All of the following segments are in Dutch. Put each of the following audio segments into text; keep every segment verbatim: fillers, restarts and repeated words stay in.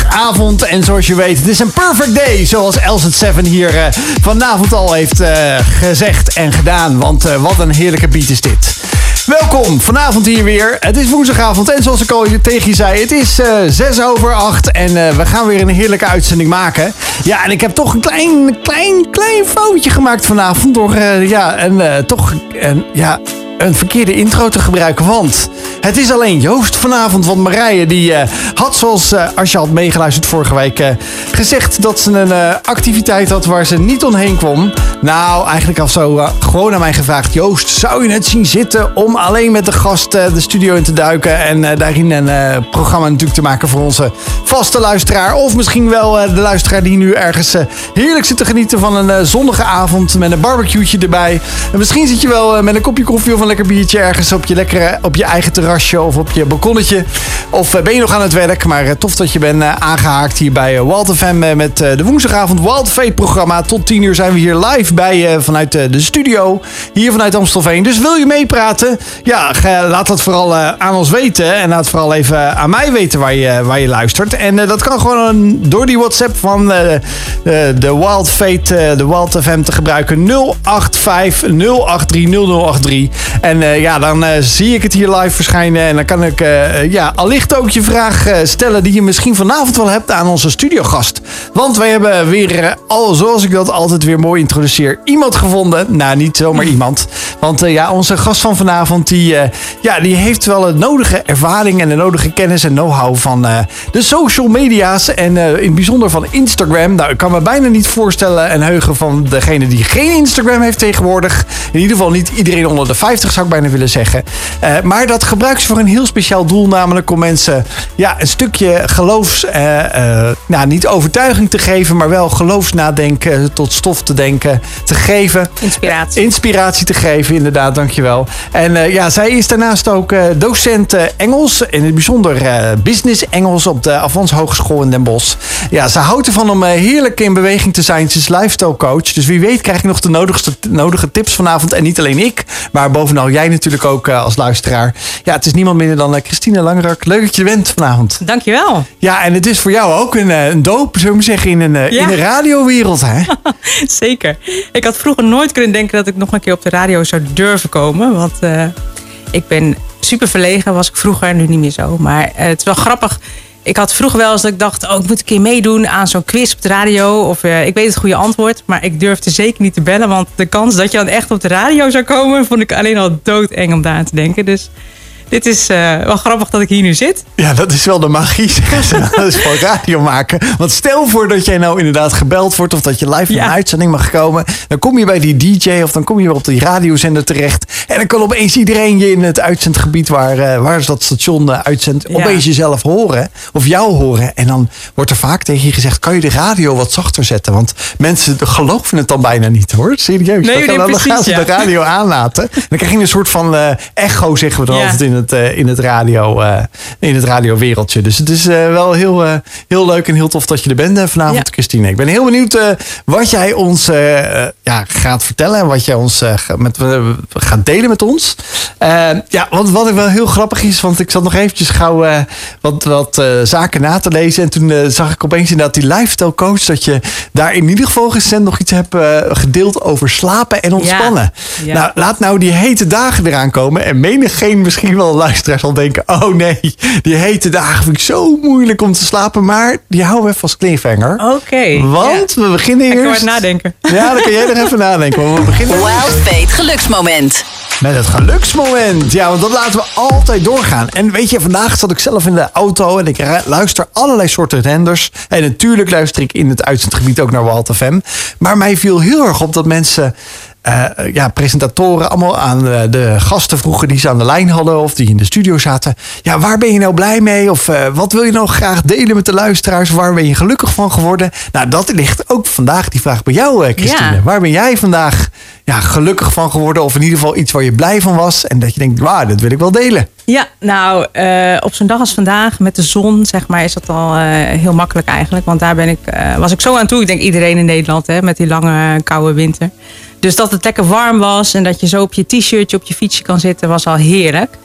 woensdagavond. En zoals je weet, het is een perfect day. Zoals Elset zeven hier uh, vanavond al heeft uh, gezegd en gedaan. Want uh, wat een heerlijke beat is dit. Welkom, vanavond hier weer. Het is woensdagavond en zoals ik al tegen je zei, het is uh, zes over acht. En uh, we gaan weer een heerlijke uitzending maken. Ja, en ik heb toch een klein, klein, klein foutje gemaakt vanavond. Door uh, ja, en, uh, toch een, ja, een verkeerde intro te gebruiken. Want het is alleen Joost vanavond. Want Marije die uh, had, zoals uh, als je had meegeluisterd vorige week, uh, gezegd dat ze een uh, activiteit had waar ze niet omheen kwam. Nou, eigenlijk al zo uh, gewoon aan mij gevraagd. Joost, zou je het zien zitten om alleen met de gast uh, de studio in te duiken en uh, daarin een uh, programma natuurlijk te maken voor onze vaste luisteraar. Of misschien wel uh, de luisteraar die nu ergens uh, heerlijk zit te genieten van een uh, zonnige avond met een barbecue'tje erbij. En misschien zit je wel uh, met een kopje koffie of een lekker biertje ergens op je, lekkere, op je eigen terrasje of op je balkonnetje. Of uh, ben je nog aan het werk, maar uh, tof dat je bent uh, aangehaakt hier bij uh, Wild F M uh, met uh, de woensdagavond Wild Fate programma. Tot tien uur zijn we hier live bij uh, vanuit uh, de studio, hier vanuit Amstelveen. Dus wil je meepraten? Ja, ga, laat dat vooral uh, aan ons weten en laat vooral even aan mij weten waar je, waar je luistert. En uh, dat kan gewoon door die WhatsApp van uh, uh, de Wild Fate, uh, de Wild F M te gebruiken. nul acht vijf nul acht drie nul nul acht drie. En uh, ja, dan uh, zie ik het hier live verschijnen en dan kan ik uh, ja, allicht ook je vraag uh, stellen die je misschien vanavond wel hebt aan onze studiogast. Want wij hebben weer, uh, al zoals ik dat altijd weer mooi introduceer, iemand gevonden. Nou, niet zomaar iemand. Want uh, ja, onze gast van vanavond, die, uh, ja, die heeft wel de nodige ervaring en de nodige kennis en know-how van uh, de social media's. En uh, in het bijzonder van Instagram. Nou, ik kan me bijna niet voorstellen en heugen van degene die geen Instagram heeft tegenwoordig. In ieder geval niet iedereen onder de vijftig zou ik bijna willen zeggen. Uh, maar dat gebruikt ze voor een heel speciaal doel. Namelijk om mensen ja, een stukje geloofs... Uh, uh, nou, niet overtuiging te geven, maar wel geloofsnadenken, tot stof te denken, te geven. Inspiratie. Inspiratie te geven, inderdaad, dankjewel. En uh, ja, zij is daarnaast ook uh, docent uh, Engels. In het bijzonder uh, business Engels op de Avans Hogeschool in Den Bosch. Ja, ze houdt ervan om uh, heerlijk in beweging te zijn. Ze is lifestyle coach. Dus wie weet krijg ik nog de nodigste, nodige tips vanavond. En niet alleen ik, maar bovenal jij natuurlijk ook uh, als luisteraar. Ja, het is niemand minder dan uh, Christine Langerak. Leuk dat je er bent vanavond. Dankjewel. Ja, en het is voor jou ook een, uh, een doop, zullen we maar zeggen, in een, uh, ja. in de radiowereld, hè? Zeker. Ik had vroeger nooit kunnen denken dat ik nog een keer op de radio zou durven komen. Want uh, ik ben super verlegen, was ik vroeger, nu niet meer zo. Maar uh, het is wel grappig. Ik had vroeger wel eens dat ik dacht, oh, ik moet een keer meedoen aan zo'n quiz op de radio. Of uh, ik weet het goede antwoord, maar ik durfde zeker niet te bellen. Want de kans dat je dan echt op de radio zou komen, vond ik alleen al doodeng om daar aan te denken. Dus dit is uh, wel grappig dat ik hier nu zit. Ja, dat is wel de magie. Dat is voor radio maken. Want stel voor dat jij nou inderdaad gebeld wordt of dat je live in ja. een uitzending mag komen. Dan kom je bij die D J of dan kom je weer op die radiozender terecht. En dan kan opeens iedereen je in het uitzendgebied waar, uh, waar dat station uh, uitzendt, ja. opeens jezelf horen. Of jou horen. En dan wordt er vaak tegen je gezegd, kan je de radio wat zachter zetten? Want mensen geloven het dan bijna niet, hoor. Serieus. Nee, dan, nee, dan precies, gaan ze ja. de radio aanlaten. Dan krijg je een soort van uh, echo, zeggen we dan ja. altijd in het, uh, in het radio, uh, in het radiowereldje. Dus het is uh, wel heel, uh, heel leuk en heel tof dat je er bent uh, vanavond, ja. Christine. Ik ben heel benieuwd uh, wat jij ons uh, ja, gaat vertellen en wat jij ons uh, met, uh, gaat delen met ons. Uh, ja, wat, wat wel heel grappig is, want ik zat nog eventjes gauw uh, wat, wat uh, zaken na te lezen en toen uh, zag ik opeens inderdaad die lifestyle coach, dat je daar in ieder geval recent nog iets hebt uh, gedeeld over slapen en ontspannen. Ja. Ja. Nou, laat nou die hete dagen eraan komen en menigeen misschien wel luisteraar zal denken, oh nee, die hete dagen vind ik zo moeilijk om te slapen, maar die houden we even als cliffhanger. Oké. Okay, want ja. we beginnen eerst... Ik kan wat nadenken. Ja, dan kan jij er even nadenken. Maar we beginnen Wild Fate geluksmoment. Met het geluksmoment. Ja, want dat laten we altijd doorgaan. En weet je, vandaag zat ik zelf in de auto en ik luister allerlei soorten zenders. En natuurlijk luister ik in het uitzendgebied ook naar Wild F M. Maar mij viel heel erg op dat mensen... Uh, ja, presentatoren allemaal aan uh, de gasten vroegen die ze aan de lijn hadden of die in de studio zaten. Ja, waar ben je nou blij mee? Of uh, wat wil je nou graag delen met de luisteraars? Waar ben je gelukkig van geworden? Nou, dat ligt ook vandaag die vraag bij jou, uh, Christine. Ja. Waar ben jij vandaag ja, gelukkig van geworden? Of in ieder geval iets waar je blij van was en dat je denkt, wauw, dat wil ik wel delen. Ja, nou, uh, op zo'n dag als vandaag met de zon, zeg maar, is dat al uh, heel makkelijk eigenlijk. Want daar ben ik, uh, was ik zo aan toe. Ik denk iedereen in Nederland, hè, met die lange, koude winter. Dus dat het lekker warm was en dat je zo op je t-shirtje op je fietsje kan zitten, was al heerlijk.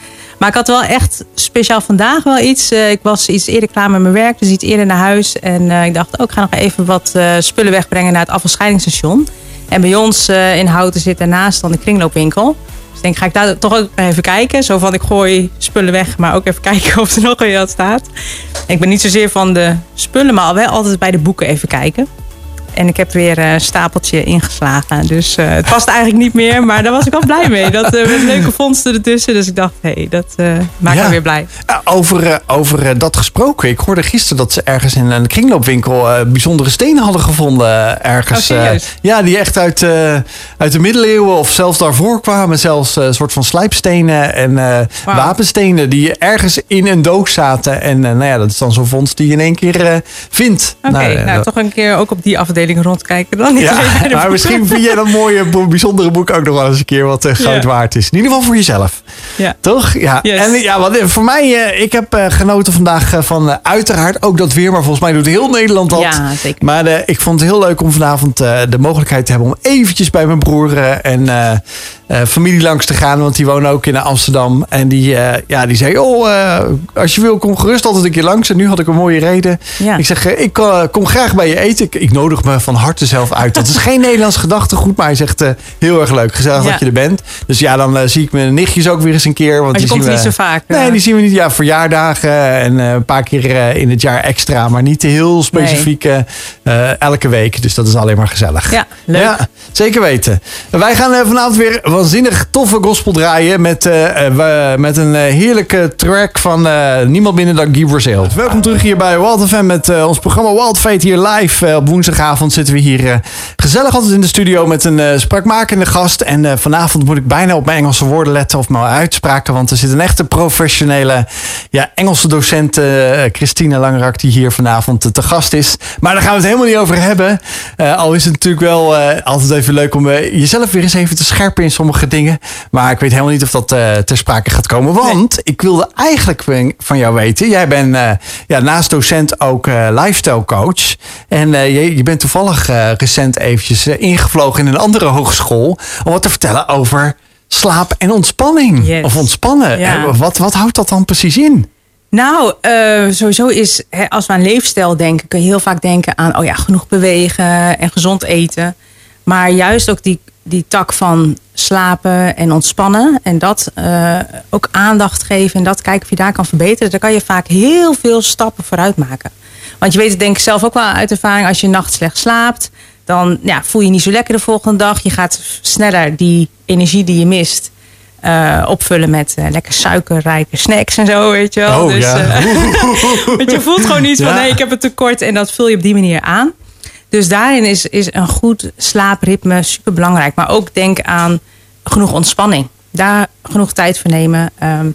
Maar ik had wel echt speciaal vandaag wel iets. Uh, ik was iets eerder klaar met mijn werk, dus iets eerder naar huis. En uh, ik dacht, oh, ik ga nog even wat uh, spullen wegbrengen naar het afvalscheidingsstation. En bij ons uh, in Houten zit daarnaast dan de kringloopwinkel. Dus ik denk, ga ik daar toch ook even kijken. Zo van, ik gooi spullen weg, maar ook even kijken of er nog weer wat staat. En ik ben niet zozeer van de spullen, maar wel altijd bij de boeken even kijken. En ik heb weer een stapeltje ingeslagen. Dus uh, het past eigenlijk niet meer. Maar daar was ik wel blij mee. Dat uh, met leuke vondsten ertussen. Dus ik dacht, hé, hey, dat uh, maakt ja. me weer blij. Uh, over uh, over uh, dat gesproken. Ik hoorde gisteren dat ze ergens in een kringloopwinkel uh, bijzondere stenen hadden gevonden. Uh, ergens. Oh, uh, ja, die echt uit, uh, uit de middeleeuwen of zelfs daarvoor kwamen. Zelfs een uh, soort van slijpstenen en uh, wow. wapenstenen. Die ergens in een doos zaten. En uh, nou ja, dat is dan zo'n vondst die je in één keer uh, vindt. Oké, okay, nou, nou uh, toch een keer ook op die afdeling rondkijken dan. Ja, maar misschien vind jij dat mooie, bijzondere boek ook nog wel eens een keer wat uh, goud ja. waard is. In ieder geval voor jezelf. Ja. Toch? Ja. Yes. En ja, wat voor mij, uh, ik heb uh, genoten vandaag uh, van uh, uiteraard ook dat weer. Maar volgens mij doet heel Nederland dat. Ja, zeker. Maar uh, ik vond het heel leuk om vanavond uh, de mogelijkheid te hebben om eventjes bij mijn broer uh, en uh, uh, familie langs te gaan. Want die wonen ook in Amsterdam. En die, uh, ja, die zei, oh, uh, als je wil, kom gerust altijd een keer langs. En nu had ik een mooie reden. Ja. Ik zeg, uh, ik uh, kom graag bij je eten. Ik, ik nodig me van harte zelf uit. Dat is geen Nederlands gedachtegoed, maar hij zegt uh, heel erg leuk. Gezellig ja. dat je er bent. Dus ja, dan uh, zie ik mijn nichtjes ook weer eens een keer. Want maar je die komt zien we, niet zo vaak. Uh... Nee, die zien we niet. Ja, verjaardagen en uh, een paar keer uh, in het jaar extra. Maar niet heel specifiek nee. uh, elke week. Dus dat is alleen maar gezellig. Ja, leuk. Ja, zeker weten. Wij gaan uh, vanavond weer waanzinnig toffe gospel draaien. Met, uh, uh, met een uh, heerlijke track van uh, niemand minder dan Guy Brazil. Welkom terug hier bij Wild F M met uh, ons programma Wild Fate hier live. Uh, op woensdagavond zitten we hier uh, gezellig altijd in de studio met een uh, spraakmakende gast. En uh, vanavond moet ik bijna op mijn Engelse woorden letten of mijn uitspraken. Want er zit een echte professionele ja, Engelse docent, uh, Christine Langerak, die hier vanavond uh, te gast is. Maar daar gaan we het helemaal niet over hebben. Uh, al is het natuurlijk wel uh, altijd even leuk om uh, jezelf weer eens even te scherpen in sommige dingen. Maar ik weet helemaal niet of dat uh, ter sprake gaat komen. Want nee. ik wilde eigenlijk van jou weten. Jij bent uh, ja, naast docent ook uh, lifestyle coach. En uh, je, je bent toevallig uh, recent eventjes uh, ingevlogen in een andere hogeschool. Om wat te vertellen over slaap en ontspanning. Yes. Of ontspannen. Ja. Uh, wat, wat houdt dat dan precies in? Nou, uh, sowieso is, hè, als we aan leefstijl denken, kun je heel vaak denken aan, oh ja, genoeg bewegen en gezond eten. Maar juist ook die, die tak van slapen en ontspannen. En dat uh, ook aandacht geven en dat kijken of je daar kan verbeteren. Daar kan je vaak heel veel stappen vooruit maken. Want je weet het denk ik zelf ook wel uit ervaring. Als je een nacht slecht slaapt, dan ja, voel je je niet zo lekker de volgende dag. Je gaat sneller die energie die je mist Uh, opvullen met uh, lekker suikerrijke snacks en zo, weet je wel. Oh, dus, ja. uh, want je voelt gewoon iets ja. van, nee, ik heb een tekort en dat vul je op die manier aan. Dus daarin is, is een goed slaapritme super belangrijk. Maar ook denk aan genoeg ontspanning. Daar genoeg tijd voor nemen. Um,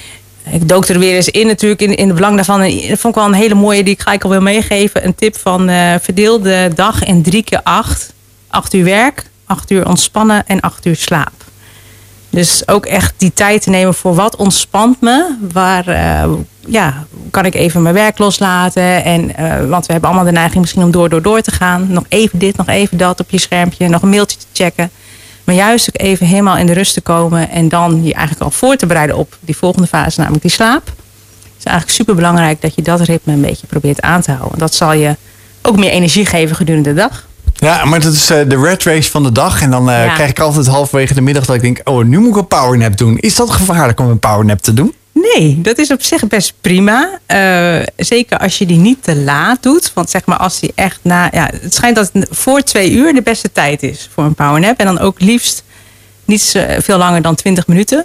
ik dook er weer eens in natuurlijk, in, in het belang daarvan. En dat vond ik wel een hele mooie, die ik gelijk al wil meegeven. Een tip van uh, verdeel de dag in drie keer acht. Acht uur werk, acht uur ontspannen en acht uur slaap. Dus ook echt die tijd te nemen voor wat ontspant me. Waar uh, ja, kan ik even mijn werk loslaten. En, uh, want we hebben allemaal de neiging misschien om door, door, door te gaan. Nog even dit, nog even dat op je schermpje. Nog een mailtje te checken. Maar juist ook even helemaal in de rust te komen. En dan je eigenlijk al voor te bereiden op die volgende fase, namelijk die slaap. Het is eigenlijk super belangrijk dat je dat ritme een beetje probeert aan te houden. Dat zal je ook meer energie geven gedurende de dag. Ja, maar dat is uh, de rat race van de dag. En dan uh, ja. krijg ik altijd halverwege de middag dat ik denk, oh, nu moet ik een powernap doen. Is dat gevaarlijk om een powernap te doen? Nee, dat is op zich best prima. Uh, zeker als je die niet te laat doet. Want zeg maar als die echt na... Ja, het schijnt dat het voor twee uur de beste tijd is voor een powernap. En dan ook liefst niet veel langer dan twintig minuten.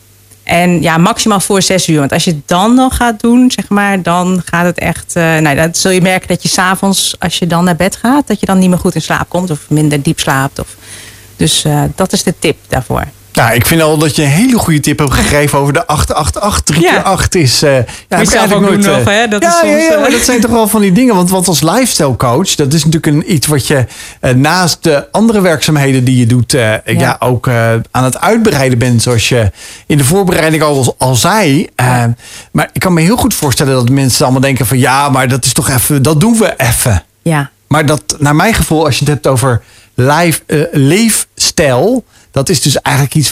En ja, maximaal voor zes uur. Want als je het dan nog gaat doen, zeg maar, dan gaat het echt... Uh, nou, dan zul je merken dat je 's avonds, als je dan naar bed gaat, dat je dan niet meer goed in slaap komt. Of minder diep slaapt. Of, dus uh, dat is de tip daarvoor. Ja, ik vind al dat je een hele goede tip hebt gegeven over de acht acht acht. drie keer acht is... Uh, ja, ik zelf ook nooit, doen nog, hè? Dat ja, is soms, ja, ja, maar dat zijn toch wel van die dingen. Want, want als lifestyle coach, dat is natuurlijk een, iets wat je uh, naast de andere werkzaamheden die je doet, uh, ja. ja, ook uh, aan het uitbreiden bent. Zoals je in de voorbereiding al, al zei. Uh, ja. Maar ik kan me heel goed voorstellen dat mensen allemaal denken van ja, maar dat is toch even, dat doen we even. Ja. Maar dat, naar mijn gevoel, als je het hebt over life, uh, leefstijl, dat is dus eigenlijk iets wat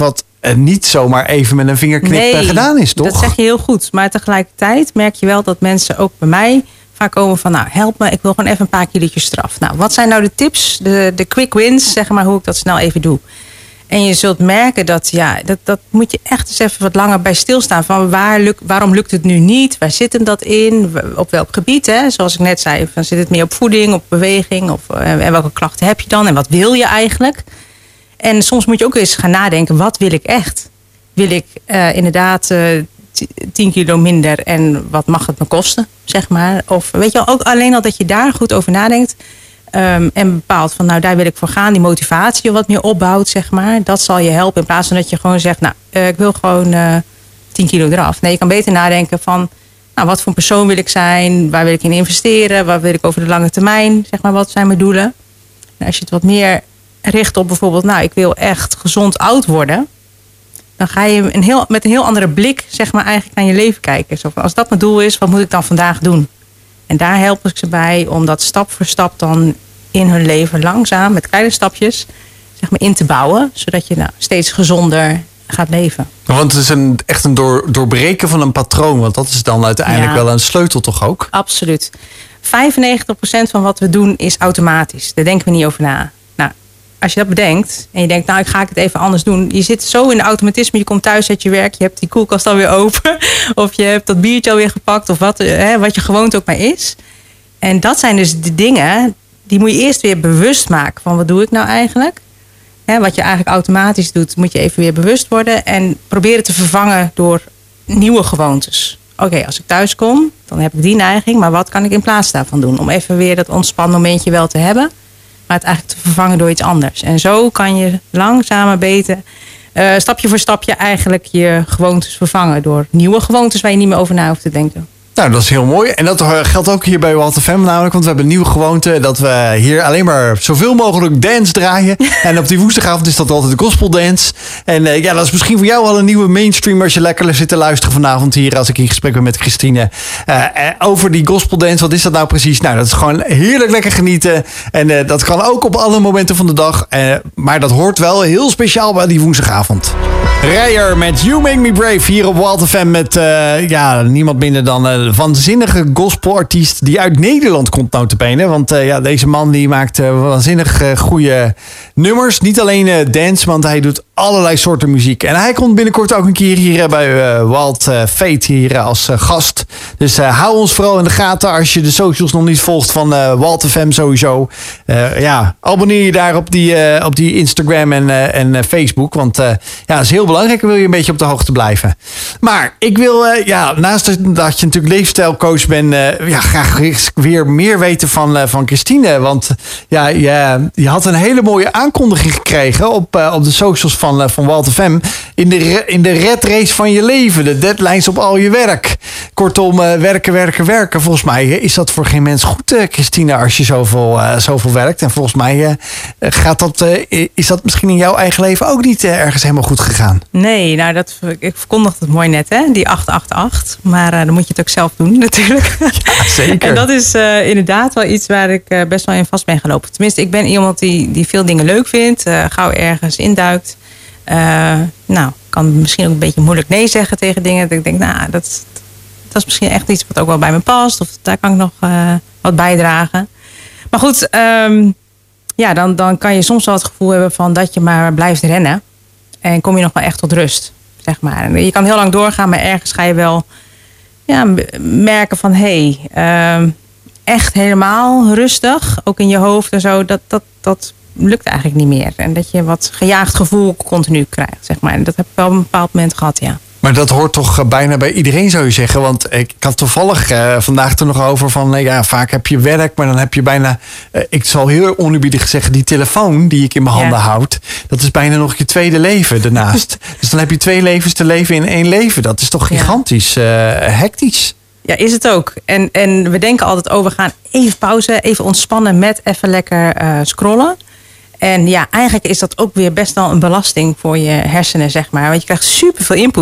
uh, niet zomaar even met een vingerknip nee, gedaan is, toch? Dat zeg je heel goed. Maar tegelijkertijd merk je wel dat mensen ook bij mij vaak komen van, nou, help me, ik wil gewoon even een paar kilootjes eraf. Nou, wat zijn nou de tips, de, de quick wins, zeg maar, hoe ik dat snel even doe? En je zult merken dat, ja, dat, dat moet je echt eens even wat langer bij stilstaan. Van waar luk, waarom lukt het nu niet? Waar zit hem dat in? Op welk gebied? Hè? Zoals ik net zei, van, zit het meer op voeding, op beweging? Of, en welke klachten heb je dan? En wat wil je eigenlijk? En soms moet je ook eens gaan nadenken, wat wil ik echt? Wil ik uh, inderdaad uh, tien kilo minder en wat mag het me kosten, zeg maar? Of weet je wel, ook alleen al dat je daar goed over nadenkt. Um, en bepaalt van, nou, daar wil ik voor gaan. Die motivatie wat meer opbouwt, zeg maar. Dat zal je helpen. In plaats van dat je gewoon zegt, nou, uh, ik wil gewoon uh, tien kilo eraf. Nee, je kan beter nadenken van, nou, wat voor een persoon wil ik zijn? Waar wil ik in investeren? Waar wil ik over de lange termijn? Zeg maar, wat zijn mijn doelen? En als je het wat meer richt op bijvoorbeeld, nou, ik wil echt gezond oud worden. Dan ga je een heel, met een heel andere blik, zeg maar, eigenlijk naar je leven kijken. Zo van, als dat mijn doel is, wat moet ik dan vandaag doen? En daar help ik ze bij om dat stap voor stap dan in hun leven langzaam, met kleine stapjes, zeg maar, in te bouwen. Zodat je nou steeds gezonder gaat leven. Want het is een, echt een door, doorbreken van een patroon. Want dat is dan uiteindelijk ja. wel een sleutel toch ook? Absoluut. vijfennegentig procent van wat we doen is automatisch. Daar denken we niet over na. Nou, als je dat bedenkt en je denkt, nou, ik ga het even anders doen. Je zit zo in de automatisme. Je komt thuis uit je werk. Je hebt die koelkast alweer open. Of je hebt dat biertje alweer gepakt. Of wat, hè, wat je gewoonte ook maar is. En dat zijn dus de dingen, die moet je eerst weer bewust maken. Van, wat doe ik nou eigenlijk? Hè, wat je eigenlijk automatisch doet, moet je even weer bewust worden. En proberen te vervangen door nieuwe gewoontes. Oké, okay, als ik thuis kom, dan heb ik die neiging. Maar wat kan ik in plaats daarvan doen? Om even weer dat ontspan momentje wel te hebben. Maar het eigenlijk te vervangen door iets anders. En zo kan je langzamer beter, uh, stapje voor stapje eigenlijk je gewoontes vervangen. Door nieuwe gewoontes waar je niet meer over na hoeft te denken. Nou, dat is heel mooi. En dat geldt ook hier bij Wild F M namelijk. Want we hebben een nieuwe gewoonte dat we hier alleen maar zoveel mogelijk dance draaien. En op die woensdagavond is dat altijd de gospel dance. En uh, ja, dat is misschien voor jou wel een nieuwe mainstream als je lekker zit te luisteren vanavond hier. Als ik in gesprek ben met Christine. Uh, over die gospel dance. Wat is dat nou precies? Nou, dat is gewoon heerlijk lekker genieten. En uh, dat kan ook op alle momenten van de dag. Uh, maar dat hoort wel heel speciaal bij die woensdagavond. Rijer met You Make Me Brave hier op Wild F M met uh, ja, niemand minder dan uh, een waanzinnige gospelartiest die uit Nederland komt nota bene. Want uh, ja, deze man die maakt uh, waanzinnig uh, goede nummers. Niet alleen uh, dance, want hij doet allerlei soorten muziek. En hij komt binnenkort ook een keer hier bij uh, Wild uh, Fate hier uh, als uh, gast. Dus uh, hou ons vooral in de gaten als je de socials nog niet volgt van uh, Wild F M sowieso. Uh, ja, abonneer je daar op die, uh, op die Instagram en, uh, en uh, Facebook. Want uh, ja, dat is heel belangrijk. Wil je een beetje op de hoogte blijven. Maar ik wil, uh, ja, naast dat je natuurlijk leefstijlcoach bent, uh, ja, graag weer meer weten van, uh, van Christine. Want ja, je, je had een hele mooie aankondiging gekregen op, uh, op de socials van, uh, van Wild F M. In de, in de red race van je leven. De deadlines op al je werk. Kortom, uh, werken, werken, werken. Volgens mij is dat voor geen mens goed, uh, Christine, als je zoveel, uh, zoveel werkt. En volgens mij uh, gaat dat, uh, is dat misschien in jouw eigen leven ook niet uh, ergens helemaal goed gegaan. Nee, nou, dat, ik verkondigde het mooi net, hè? Die acht acht acht. Maar uh, dan moet je het ook zelf doen, natuurlijk. Ja, zeker. En dat is uh, inderdaad wel iets waar ik uh, best wel in vast ben gelopen. Tenminste, ik ben iemand die, die veel dingen leuk vindt. Uh, gauw ergens induikt. Uh, nou, kan misschien ook een beetje moeilijk nee zeggen tegen dingen. Dat ik denk, nou, dat, dat is misschien echt iets wat ook wel bij me past. Of daar kan ik nog uh, wat bijdragen. Maar goed, um, ja, dan, dan kan je soms wel het gevoel hebben van dat je maar blijft rennen. En kom je nog wel echt tot rust, zeg maar. Je kan heel lang doorgaan, maar ergens ga je wel ja, merken van, hé, hey, uh, echt helemaal rustig, ook in je hoofd en zo, dat, dat, dat lukt eigenlijk niet meer. En dat je wat gejaagd gevoel continu krijgt, zeg maar. En dat heb ik wel op een bepaald moment gehad, ja. Maar dat hoort toch bijna bij iedereen, zou je zeggen. Want ik had toevallig uh, vandaag er nog over van, uh, ja, vaak heb je werk, maar dan heb je bijna, uh, ik zal heel oneerbiedig zeggen, die telefoon die ik in mijn handen ja. houd, dat is bijna nog je tweede leven daarnaast. Dus dan heb je twee levens te leven in één leven. Dat is toch gigantisch, uh, hectisch. Ja, is het ook. En, en we denken altijd, oh, we gaan even pauze, even ontspannen met even lekker uh, scrollen. En ja, eigenlijk is dat ook weer best wel een belasting voor je hersenen, zeg maar. Want je krijgt superveel input.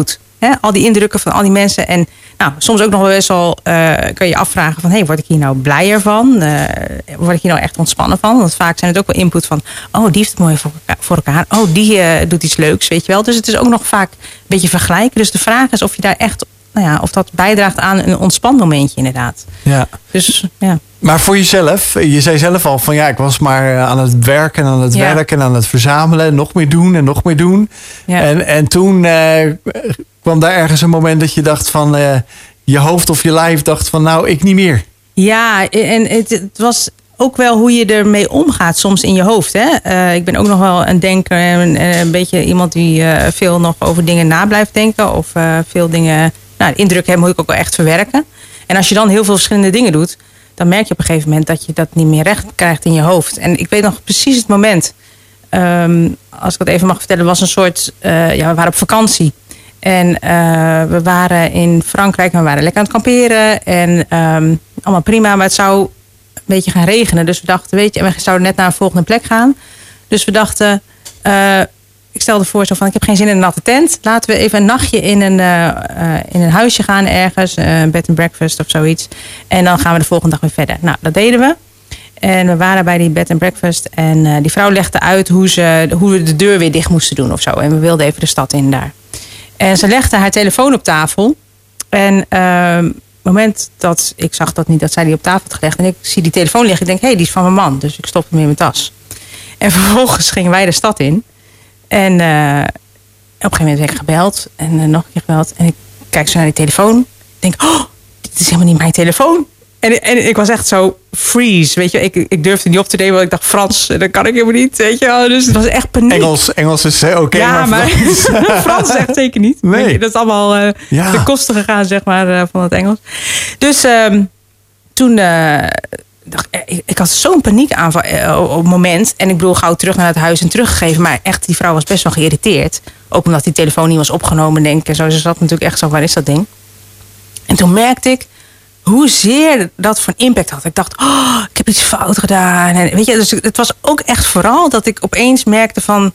Hè? Al die indrukken van al die mensen. En nou, soms ook nog wel best wel uh, kun je afvragen van... Hey, word ik hier nou blijer van? Uh, word ik hier nou echt ontspannen van? Want vaak zijn het ook wel input van... Oh, die heeft het mooi voor elkaar. Voor elkaar. Oh, die uh, doet iets leuks, weet je wel. Dus het is ook nog vaak een beetje vergelijken. Dus de vraag is of je daar echt... Nou ja, of dat bijdraagt aan een ontspanmomentje inderdaad. Ja. Dus, ja. Maar voor jezelf, je zei zelf al van ja, ik was maar aan het werken en aan het Ja. werken en aan het verzamelen. Nog meer doen en nog meer doen. Ja. En, en toen uh, kwam daar ergens een moment dat je dacht van uh, je hoofd of je lijf dacht van nou, ik niet meer. Ja, en het, het was ook wel hoe je ermee omgaat soms in je hoofd. Hè? Uh, ik ben ook nog wel een denker en een, een beetje iemand die uh, veel nog over dingen na blijft denken. Of uh, veel dingen, nou, de indruk hebben moet ik ook wel echt verwerken. En als je dan heel veel verschillende dingen doet, dan merk je op een gegeven moment dat je dat niet meer recht krijgt in je hoofd. En ik weet nog precies het moment, um, als ik het even mag vertellen, was een soort, uh, ja, we waren op vakantie. En uh, we waren in Frankrijk, we waren lekker aan het kamperen. En um, allemaal prima, maar het zou een beetje gaan regenen. Dus we dachten, weet je, en we zouden net naar een volgende plek gaan. Dus we dachten, uh, ik stelde voor zo van, ik heb geen zin in een natte tent. Laten we even een nachtje in een, uh, uh, in een huisje gaan ergens. Uh, een bed and breakfast of zoiets. En dan gaan we de volgende dag weer verder. Nou, dat deden we. En we waren bij die bed and breakfast. En uh, die vrouw legde uit hoe, ze, hoe we de deur weer dicht moesten doen of zo. En we wilden even de stad in daar. En ze legde haar telefoon op tafel. En uh, op het moment dat ik zag dat niet, dat zij die op tafel had gelegd. En ik zie die telefoon liggen. Ik denk, hé, hey, die is van mijn man. Dus ik stop hem in mijn tas. En vervolgens gingen wij de stad in. En uh, op een gegeven moment werd ik gebeld. En uh, nog een keer gebeld. En ik kijk zo naar die telefoon. Ik denk, oh, dit is helemaal niet mijn telefoon. En, en ik was echt zo freeze, weet je. Ik, ik durfde niet op te nemen, want ik dacht Frans, dat kan ik helemaal niet, weet je. Dus het was echt paniek. Engels, Engels is oké, okay, ja, maar Frans... maar Frans echt zeker niet. Nee. Dat is allemaal uh, ja. de kosten gegaan, zeg maar, uh, van het Engels. Dus um, toen... Uh, dacht, ik, ik had zo'n paniekaanval uh, op het moment. En ik bedoel, gauw terug naar het huis en teruggegeven. Maar echt, die vrouw was best wel geïrriteerd. Ook omdat die telefoon niet was opgenomen, denk ik. En zo, ze zat natuurlijk echt zo, waar is dat ding? En toen merkte ik hoezeer dat voor een impact had. Ik dacht, oh, ik heb iets fout gedaan. En weet je, dus het was ook echt vooral dat ik opeens merkte van...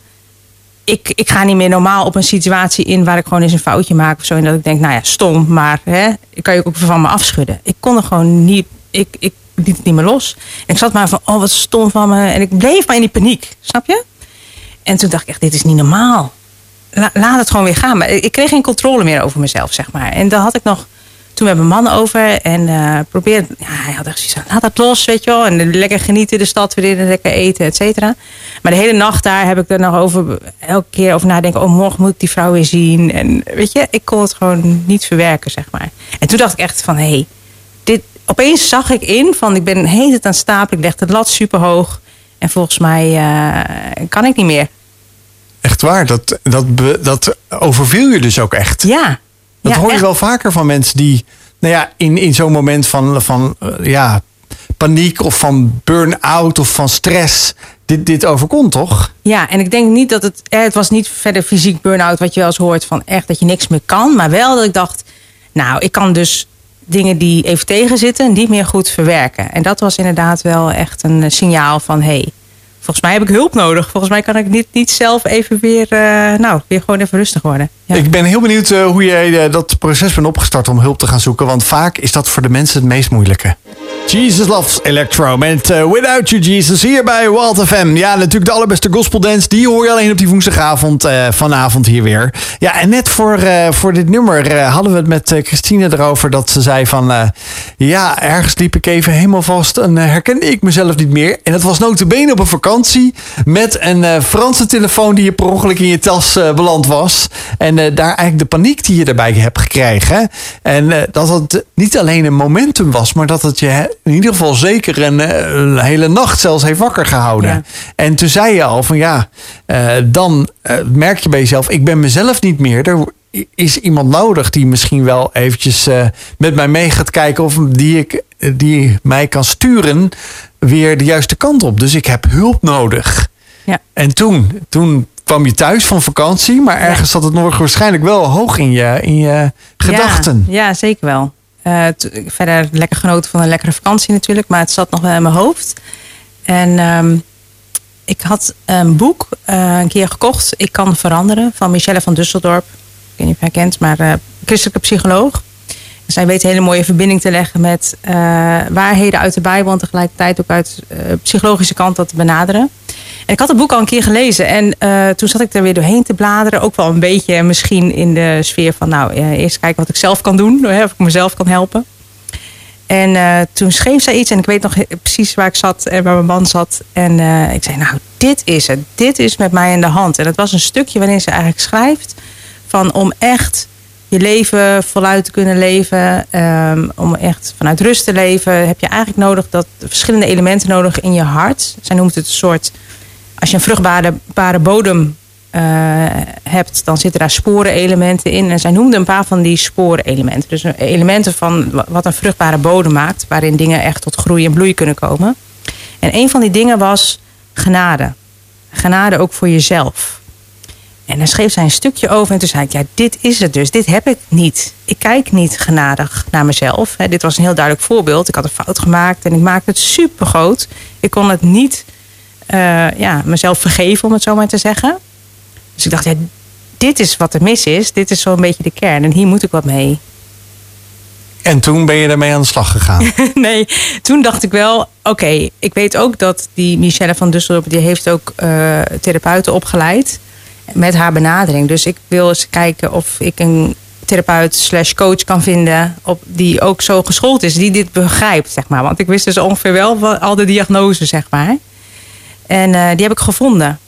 Ik, ik ga niet meer normaal op een situatie in waar ik gewoon eens een foutje maak of zo. En dat ik denk, nou ja, stom, maar hè, ik kan je ook van me afschudden. Ik kon er gewoon niet, ik, ik liet het niet meer los. En ik zat maar van, oh, wat stom van me. En ik bleef maar in die paniek, snap je? En toen dacht ik echt, dit is niet normaal. La, laat het gewoon weer gaan. Maar ik kreeg geen controle meer over mezelf, zeg maar. En daar had ik nog toen met mijn man over. En uh, probeerde, ja, hij had echt zoiets van, laat dat los, weet je wel. En lekker genieten, de stad weer in, lekker eten, et cetera. Maar de hele nacht daar heb ik er nog over, elke keer over nadenken. Oh, morgen moet ik die vrouw weer zien. En weet je, ik kon het gewoon niet verwerken, zeg maar. En toen dacht ik echt van, hé, hey, dit, opeens zag ik in van, ik ben heet het aan het stapelen. Ik leg de lat super hoog. En volgens mij uh, kan ik niet meer. Echt waar, dat, dat, dat overviel je dus ook echt. Ja. Dat ja, hoor je echt. wel vaker van mensen die, nou ja, in, in zo'n moment van, van uh, ja, paniek of van burn-out of van stress, dit, dit overkomt, toch? Ja, en ik denk niet dat het, het was niet verder fysiek burn-out wat je wel eens hoort van echt dat je niks meer kan. Maar wel dat ik dacht, nou, ik kan dus dingen die even tegenzitten niet meer goed verwerken. En dat was inderdaad wel echt een signaal van, hé, hey, volgens mij heb ik hulp nodig. Volgens mij kan ik niet, niet zelf even weer, uh, nou, weer gewoon even rustig worden. Ja. Ik ben heel benieuwd uh, hoe jij uh, dat proces bent opgestart om hulp te gaan zoeken. Want vaak is dat voor de mensen het meest moeilijke. Jesus Loves Electro met uh, Without You Jesus hier bij Wild F M. Ja, natuurlijk de allerbeste gospel-dance. Die hoor je alleen op die woensdagavond uh, vanavond hier weer. Ja, en net voor, uh, voor dit nummer uh, hadden we het met uh, Christine erover dat ze zei van... Uh, ja, ergens liep ik even helemaal vast en uh, herkende ik mezelf niet meer. En dat was nota bene op een vakantie met een uh, Franse telefoon die je per ongeluk in je tas uh, beland was. En uh, daar eigenlijk de paniek die je erbij hebt gekregen. En uh, dat het niet alleen een momentum was, maar dat het je in ieder geval zeker een, een hele nacht zelfs heeft wakker gehouden. Ja. En toen zei je al van ja, uh, dan uh, merk je bij jezelf, ik ben mezelf niet meer. Er is iemand nodig die misschien wel eventjes uh, met mij mee gaat kijken of die, ik, die mij kan sturen weer de juiste kant op. Dus ik heb hulp nodig. Ja. En toen, toen kwam je thuis van vakantie, maar ergens ja. zat het nog waarschijnlijk wel hoog in je, in je gedachten. Ja, ja, zeker wel. Uh, t- verder lekker genoten van een lekkere vakantie natuurlijk, maar het zat nog wel in mijn hoofd. En um, ik had een boek uh, een keer gekocht, Ik kan veranderen, van Michelle van Dusseldorp. weet niet of je haar kent, maar uh, christelijke psycholoog. Zij weet een hele mooie verbinding te leggen met uh, waarheden uit de Bijbel en tegelijkertijd ook uit uh, psychologische kant dat te benaderen. En ik had het boek al een keer gelezen en uh, toen zat ik er weer doorheen te bladeren. Ook wel een beetje misschien in de sfeer van nou, uh, eerst kijken wat ik zelf kan doen. Of ik mezelf kan helpen. En uh, toen schreef zij iets en ik weet nog precies waar ik zat en waar mijn man zat. En uh, ik zei nou, dit is het. Dit is met mij in de hand. En het was een stukje waarin ze eigenlijk schrijft van om echt je leven voluit te kunnen leven. Um, om echt vanuit rust te leven heb je eigenlijk nodig dat verschillende elementen nodig in je hart. Zij noemt het een soort, als je een vruchtbare bare bodem uh, hebt, dan zitten daar sporenelementen in. En zij noemde een paar van die sporenelementen. Dus elementen van wat een vruchtbare bodem maakt, waarin dingen echt tot groei en bloei kunnen komen. En een van die dingen was genade. Genade ook voor jezelf. En daar schreef zij een stukje over. En toen zei ik, ja, dit is het dus. Dit heb ik niet. Ik kijk niet genadig naar mezelf. He, dit was een heel duidelijk voorbeeld. Ik had een fout gemaakt en ik maakte het super groot. Ik kon het niet uh, ja, mezelf vergeven, om het zo maar te zeggen. Dus ik dacht, ja, dit is wat er mis is. Dit is zo'n beetje de kern. En hier moet ik wat mee. En toen ben je daarmee aan de slag gegaan? Nee, toen dacht ik wel, oké, okay, ik weet ook dat die Michelle van Dusseldorp, die heeft ook uh, therapeuten opgeleid. Met haar benadering. Dus ik wil eens kijken of ik een therapeut slash coach kan vinden op, die ook zo geschoold is, die dit begrijpt, zeg maar. Want ik wist dus ongeveer wel al de diagnoses, zeg maar. En uh, die heb ik gevonden.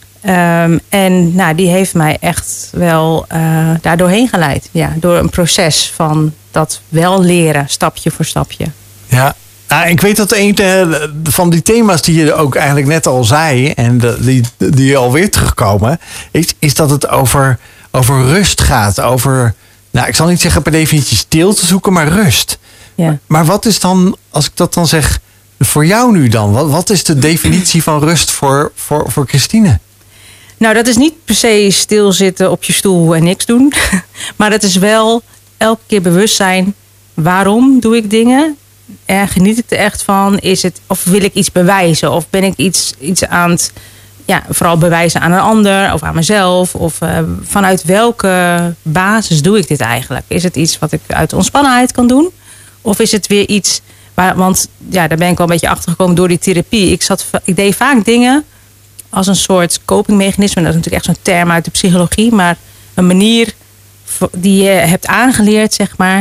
Um, en nou, die heeft mij echt wel uh, daar doorheen geleid. Ja, door een proces van dat wel leren, stapje voor stapje. Ja. Nou, ik weet dat een van die thema's die je ook eigenlijk net al zei, en die, die alweer terugkomen, is, is dat het over, over rust gaat. Over, nou, ik zal niet zeggen per definitie stil te zoeken, maar rust. Ja. Maar, maar wat is dan, als ik dat dan zeg, voor jou nu dan? Wat, wat is de definitie van rust voor, voor, voor Christine? Nou, dat is niet per se stilzitten op je stoel en niks doen. Maar het is wel elke keer bewust zijn, waarom doe ik dingen? En geniet ik er echt van? Is het, of wil ik iets bewijzen? Of ben ik iets, iets aan het, ja, vooral bewijzen aan een ander of aan mezelf? Of uh, vanuit welke basis doe ik dit eigenlijk? Is het iets wat ik uit ontspannenheid kan doen? Of is het weer iets, waar, want ja, daar ben ik wel een beetje achter gekomen door die therapie. Ik, zat, ik deed vaak dingen als een soort copingmechanisme. Dat is natuurlijk echt zo'n term uit de psychologie. Maar een manier die je hebt aangeleerd, zeg maar.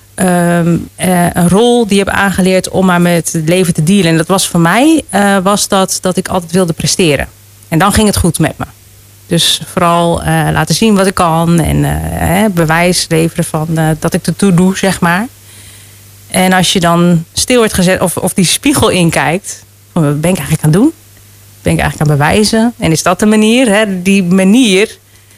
Um, uh, een rol die je hebt aangeleerd om maar met het leven te dealen. En dat was voor mij, uh, was dat, dat ik altijd wilde presteren. En dan ging het goed met me. Dus vooral uh, laten zien wat ik kan. En uh, bewijs leveren van uh, dat ik ertoe doe, zeg maar. En als je dan stil wordt gezet of, of die spiegel inkijkt. Wat ben ik eigenlijk aan het doen? Ben ik eigenlijk aan het bewijzen? En is dat de manier? Hè? Die manier...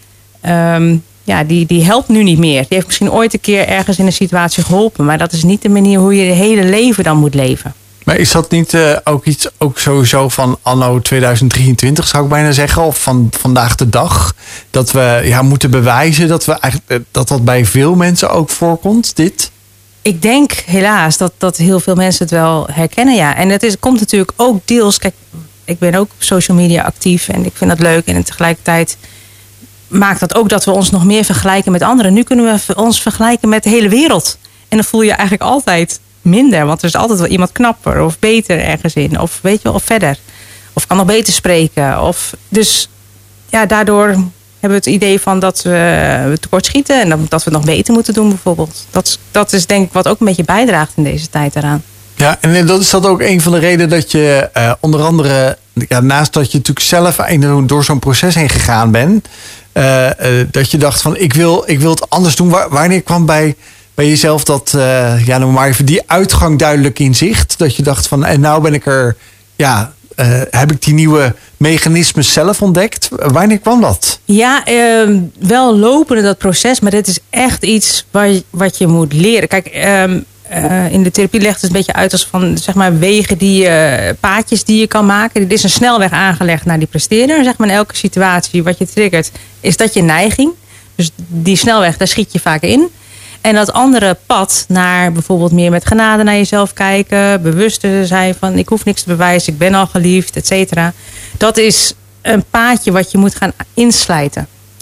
Um, Ja, die, die helpt nu niet meer. Die heeft misschien ooit een keer ergens in een situatie geholpen. Maar dat is niet de manier hoe je het hele leven dan moet leven. Maar is dat niet uh, ook iets, ook sowieso van anno tweeduizend drieëntwintig, zou ik bijna zeggen? Of van vandaag de dag? Dat we ja, moeten bewijzen dat, we eigenlijk, dat dat bij veel mensen ook voorkomt, dit? Ik denk helaas dat, dat heel veel mensen het wel herkennen, ja. En het is, komt natuurlijk ook deels... Kijk, ik ben ook op social media actief en ik vind dat leuk. En tegelijkertijd maakt dat ook dat we ons nog meer vergelijken met anderen. Nu kunnen we ons vergelijken met de hele wereld. En dan voel je eigenlijk altijd minder. Want er is altijd wel iemand knapper of beter ergens in. Of weet je wel, of verder. Of kan nog beter spreken. Of, dus ja, daardoor hebben we het idee van dat we tekort schieten. En dat we het nog beter moeten doen bijvoorbeeld. Dat, dat is denk ik wat ook een beetje bijdraagt in deze tijd daaraan. Ja, en dat is dat ook een van de redenen dat je uh, onder andere... Ja, naast dat je natuurlijk zelf door zo'n proces heen gegaan bent... Uh, uh, dat je dacht van ik wil, ik wil het anders doen. Wa- wanneer kwam bij, bij jezelf dat, uh, ja, noem maar even die uitgang duidelijk in zicht? Dat je dacht van en nou ben ik er, ja, uh, heb ik die nieuwe mechanismes zelf ontdekt? Wanneer kwam dat? Ja, uh, wel lopende dat proces, maar dit is echt iets wat je, wat je moet leren. Kijk, uh, uh, in de therapie legt het een beetje uit als van zeg maar wegen die uh, paadjes die je kan maken. Dit is een snelweg aangelegd naar die presteerder. Zeg maar in elke situatie wat je triggert, is dat je neiging. Dus die snelweg, daar schiet je vaak in. En dat andere pad naar bijvoorbeeld meer met genade naar jezelf kijken. Bewuster zijn van ik hoef niks te bewijzen. Ik ben al geliefd, et cetera. Dat is een paadje wat je moet gaan inslijten.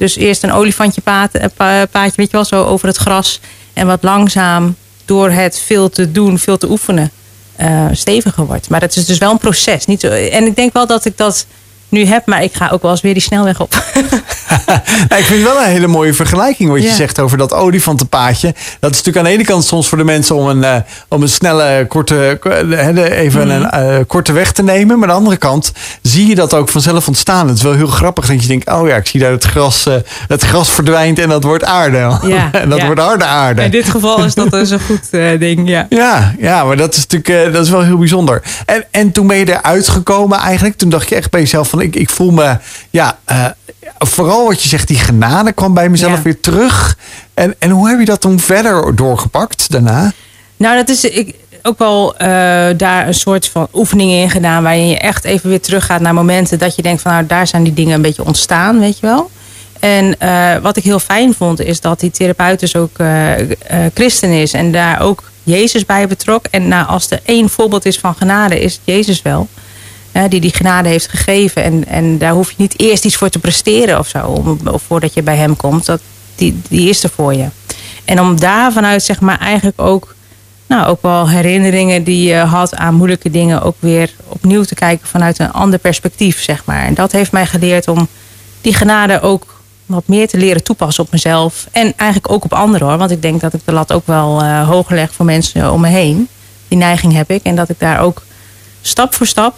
Dus eerst een olifantje paad, pa, paadje, weet je wel, zo over het gras. En wat langzaam door het veel te doen, veel te oefenen, uh, steviger wordt. Maar dat is dus wel een proces. Niet zo, en ik denk wel dat ik dat nu heb, maar ik ga ook wel eens weer die snelweg op. Nou, ik vind het wel een hele mooie vergelijking wat je Ja. zegt over dat olifantenpaadje. Dat is natuurlijk aan de ene kant soms voor de mensen om een, uh, om een snelle, korte, uh, even Mm. een uh, korte weg te nemen. Maar aan de andere kant zie je dat ook vanzelf ontstaan. Het is wel heel grappig dat je denkt, oh ja, ik zie daar het gras, uh, het gras verdwijnt en dat wordt aarde. Ja, en dat ja. wordt harde aarde. In dit geval is dat dus een goed uh, ding, ja. Ja, ja, maar dat is natuurlijk uh, dat is wel heel bijzonder. En, en toen ben je eruit gekomen eigenlijk. Toen dacht je echt bij jezelf van ik, ik voel me, ja, uh, vooral wat je zegt, die genade kwam bij mezelf Ja. weer terug. En, en hoe heb je dat toen verder doorgepakt daarna? Nou, dat is ik, ook wel uh, daar een soort van oefening in gedaan, waarin je echt even weer teruggaat naar momenten dat je denkt van nou, daar zijn die dingen een beetje ontstaan, weet je wel. En uh, wat ik heel fijn vond, is dat die therapeut dus ook uh, uh, christen is en daar ook Jezus bij betrok. En nou, als er één voorbeeld is van genade, is het Jezus wel. Uh, die die genade heeft gegeven. En, en daar hoef je niet eerst iets voor te presteren of zo, om, of voordat je bij hem komt. Dat, die, die is er voor je. En om daar vanuit zeg maar eigenlijk ook, nou, ook wel herinneringen die je had aan moeilijke dingen ook weer opnieuw te kijken vanuit een ander perspectief, zeg maar. En dat heeft mij geleerd om die genade ook wat meer te leren toepassen op mezelf. En eigenlijk ook op anderen, hoor. Want ik denk dat ik de lat ook wel uh, hoger leg voor mensen om me heen. Die neiging heb ik. En dat ik daar ook stap voor stap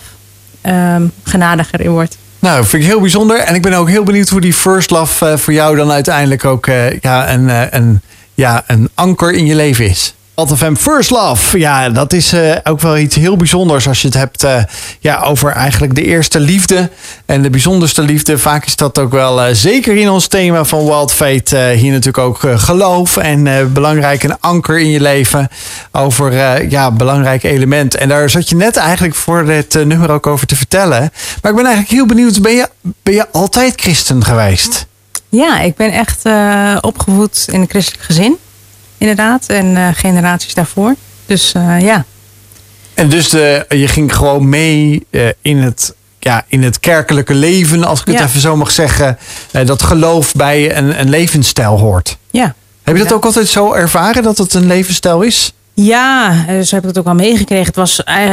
um, genadiger in word. Nou, dat vind ik heel bijzonder. En ik ben ook heel benieuwd hoe die first love uh, voor jou dan uiteindelijk ook uh, ja, een, uh, een, ja, een anker in je leven is. Alt F M First Love. Ja, dat is uh, ook wel iets heel bijzonders als je het hebt uh, ja, over eigenlijk de eerste liefde. En de bijzonderste liefde. Vaak is dat ook wel uh, zeker in ons thema van Wild Fate. Uh, hier natuurlijk ook uh, geloof en uh, belangrijk een anker in je leven. Over uh, ja, belangrijke elementen. En daar zat je net eigenlijk voor dit uh, nummer ook over te vertellen. Maar ik ben eigenlijk heel benieuwd. Ben je, ben je altijd christen geweest? Ja, ik ben echt uh, opgevoed in een christelijk gezin. Inderdaad, en uh, generaties daarvoor. Dus uh, ja. En dus de, je ging gewoon mee uh, in, het, ja, in het kerkelijke leven, als ik het Ja. even zo mag zeggen. Uh, dat geloof bij een, een levensstijl hoort. Ja. Heb je dat Ja. ook altijd zo ervaren, dat het een levensstijl is? Ja, zo heb ik het ook wel meegekregen. Het was uh,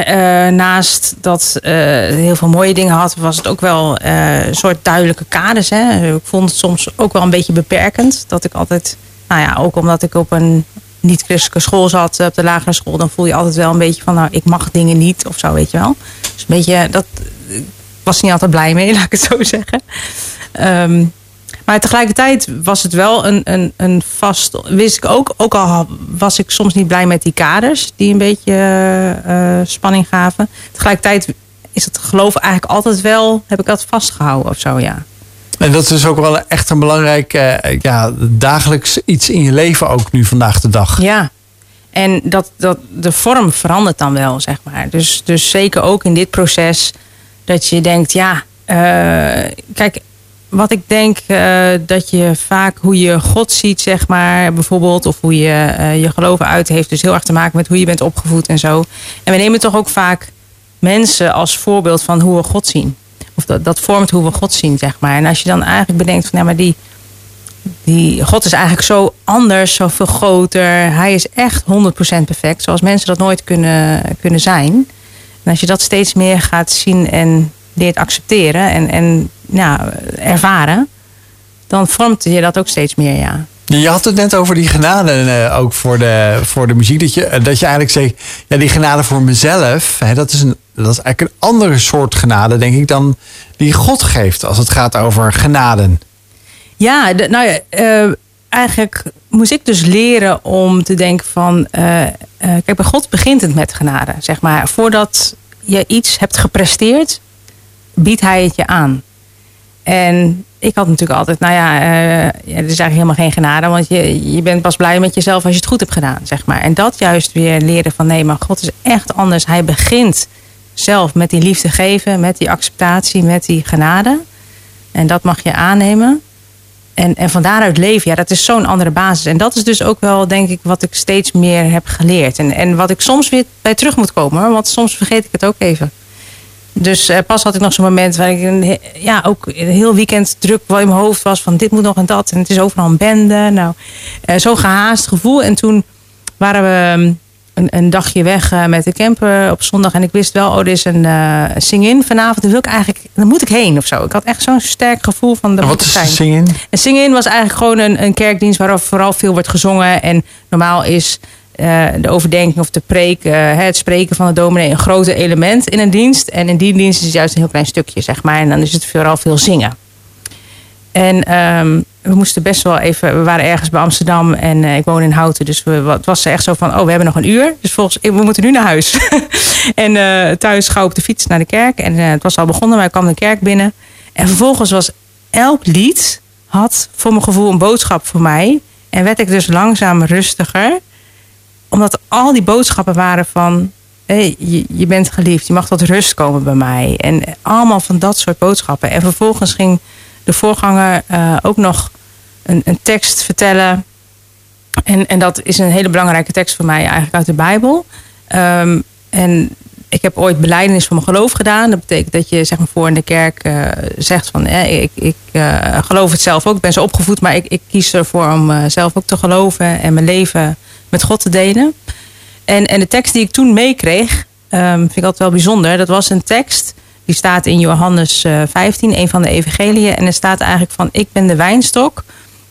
naast dat uh, heel veel mooie dingen had, was het ook wel uh, een soort duidelijke kaders. Hè. Ik vond het soms ook wel een beetje beperkend. Dat ik altijd, nou ja, ook omdat ik op een niet-christelijke school zat, op de lagere school, dan voel je altijd wel een beetje van, nou, ik mag dingen niet of zo, weet je wel. Dus een beetje, dat ik was niet altijd blij mee, laat ik het zo zeggen. Um, Maar tegelijkertijd was het wel een, een, een vast, wist ik ook, ook al was ik soms niet blij met die kaders die een beetje uh, spanning gaven. Tegelijkertijd is het geloof eigenlijk altijd wel, heb ik dat vastgehouden of zo, ja. En dat is ook wel echt een belangrijk uh, ja, dagelijks iets in je leven ook nu vandaag de dag. Ja, en dat, dat, de vorm verandert dan wel, zeg maar. Dus, dus zeker ook in dit proces dat je denkt, ja, uh, kijk, wat ik denk uh, dat je vaak hoe je God ziet, zeg maar, bijvoorbeeld, of hoe je uh, je geloof uit heeft, dus heel erg te maken met hoe je bent opgevoed en zo. En we nemen toch ook vaak mensen als voorbeeld van hoe we God zien. Of dat, dat vormt hoe we God zien, zeg maar. En als je dan eigenlijk bedenkt van, ja, maar die, die God is eigenlijk zo anders, zoveel groter. Hij is echt honderd procent perfect, zoals mensen dat nooit kunnen, kunnen zijn. En als je dat steeds meer gaat zien en leert accepteren en, en ja, ervaren, dan vormt je dat ook steeds meer, ja. Je had het net over die genade uh, ook voor de, voor de muziek. Dat je, dat je eigenlijk zegt, ja, die genade voor mezelf, hè, dat, is een, dat is eigenlijk een andere soort genade, denk ik, dan die God geeft als het gaat over genaden. Ja, de, nou ja, uh, eigenlijk moest ik dus leren om te denken van, uh, uh, kijk, bij God begint het met genade, zeg maar. Voordat je iets hebt gepresteerd, biedt hij het je aan. En ik had natuurlijk altijd, nou ja, uh, ja, er is eigenlijk helemaal geen genade, want je, je bent pas blij met jezelf als je het goed hebt gedaan, zeg maar. En dat juist weer leren van, nee, maar God is echt anders. Hij begint zelf met die liefde geven, met die acceptatie, met die genade. En dat mag je aannemen. En, en van daaruit leven, ja, dat is zo'n andere basis. En dat is dus ook wel, denk ik, wat ik steeds meer heb geleerd. En, en wat ik soms weer bij terug moet komen, hoor, want soms vergeet ik het ook even. Dus uh, pas had ik nog zo'n moment waar ik een, ja, ook een heel weekend druk wel in mijn hoofd was van dit moet nog en dat. En het is overal een bende. Nou, uh, zo'n gehaast gevoel. En toen waren we een, een dagje weg uh, met de camper op zondag. En ik wist wel, oh, er is een uh, sing-in vanavond. Daar wil ik eigenlijk, daar moet ik heen of zo. Ik had echt zo'n sterk gevoel van, daar moet ik zijn. Wat is een sing-in? Een sing-in was eigenlijk gewoon een, een kerkdienst waar vooral veel wordt gezongen. En normaal is uh, de overdenking of de preek, uh, het spreken van de dominee een grote element in een dienst. En in die dienst is het juist een heel klein stukje, zeg maar. En dan is het vooral veel zingen. En um, we moesten best wel even, we waren ergens bij Amsterdam en uh, ik woon in Houten. Dus we, het was echt zo van, oh, we hebben nog een uur. Dus volgens, we moeten nu naar huis. en uh, thuis gauw op de fiets naar de kerk. En uh, het was al begonnen, maar ik kwam de kerk binnen. En vervolgens was elk lied, had voor mijn gevoel een boodschap voor mij. En werd ik dus langzaam rustiger. Omdat al die boodschappen waren van, hey, je, je bent geliefd, je mag tot rust komen bij mij. En allemaal van dat soort boodschappen. En vervolgens ging de voorganger uh, ook nog een, een tekst vertellen. En, en dat is een hele belangrijke tekst voor mij eigenlijk uit de Bijbel. Um, en ik heb ooit belijdenis van mijn geloof gedaan. Dat betekent dat je zeg maar voor in de kerk uh, zegt van eh, ik, ik uh, geloof het zelf ook. Ik ben zo opgevoed, maar ik, ik kies ervoor om uh, zelf ook te geloven en mijn leven met God te delen. En, en de tekst die ik toen meekreeg, um, vind ik altijd wel bijzonder. Dat was een tekst die staat in Johannes vijftien, een van de evangeliën. En er staat eigenlijk van, ik ben de wijnstok.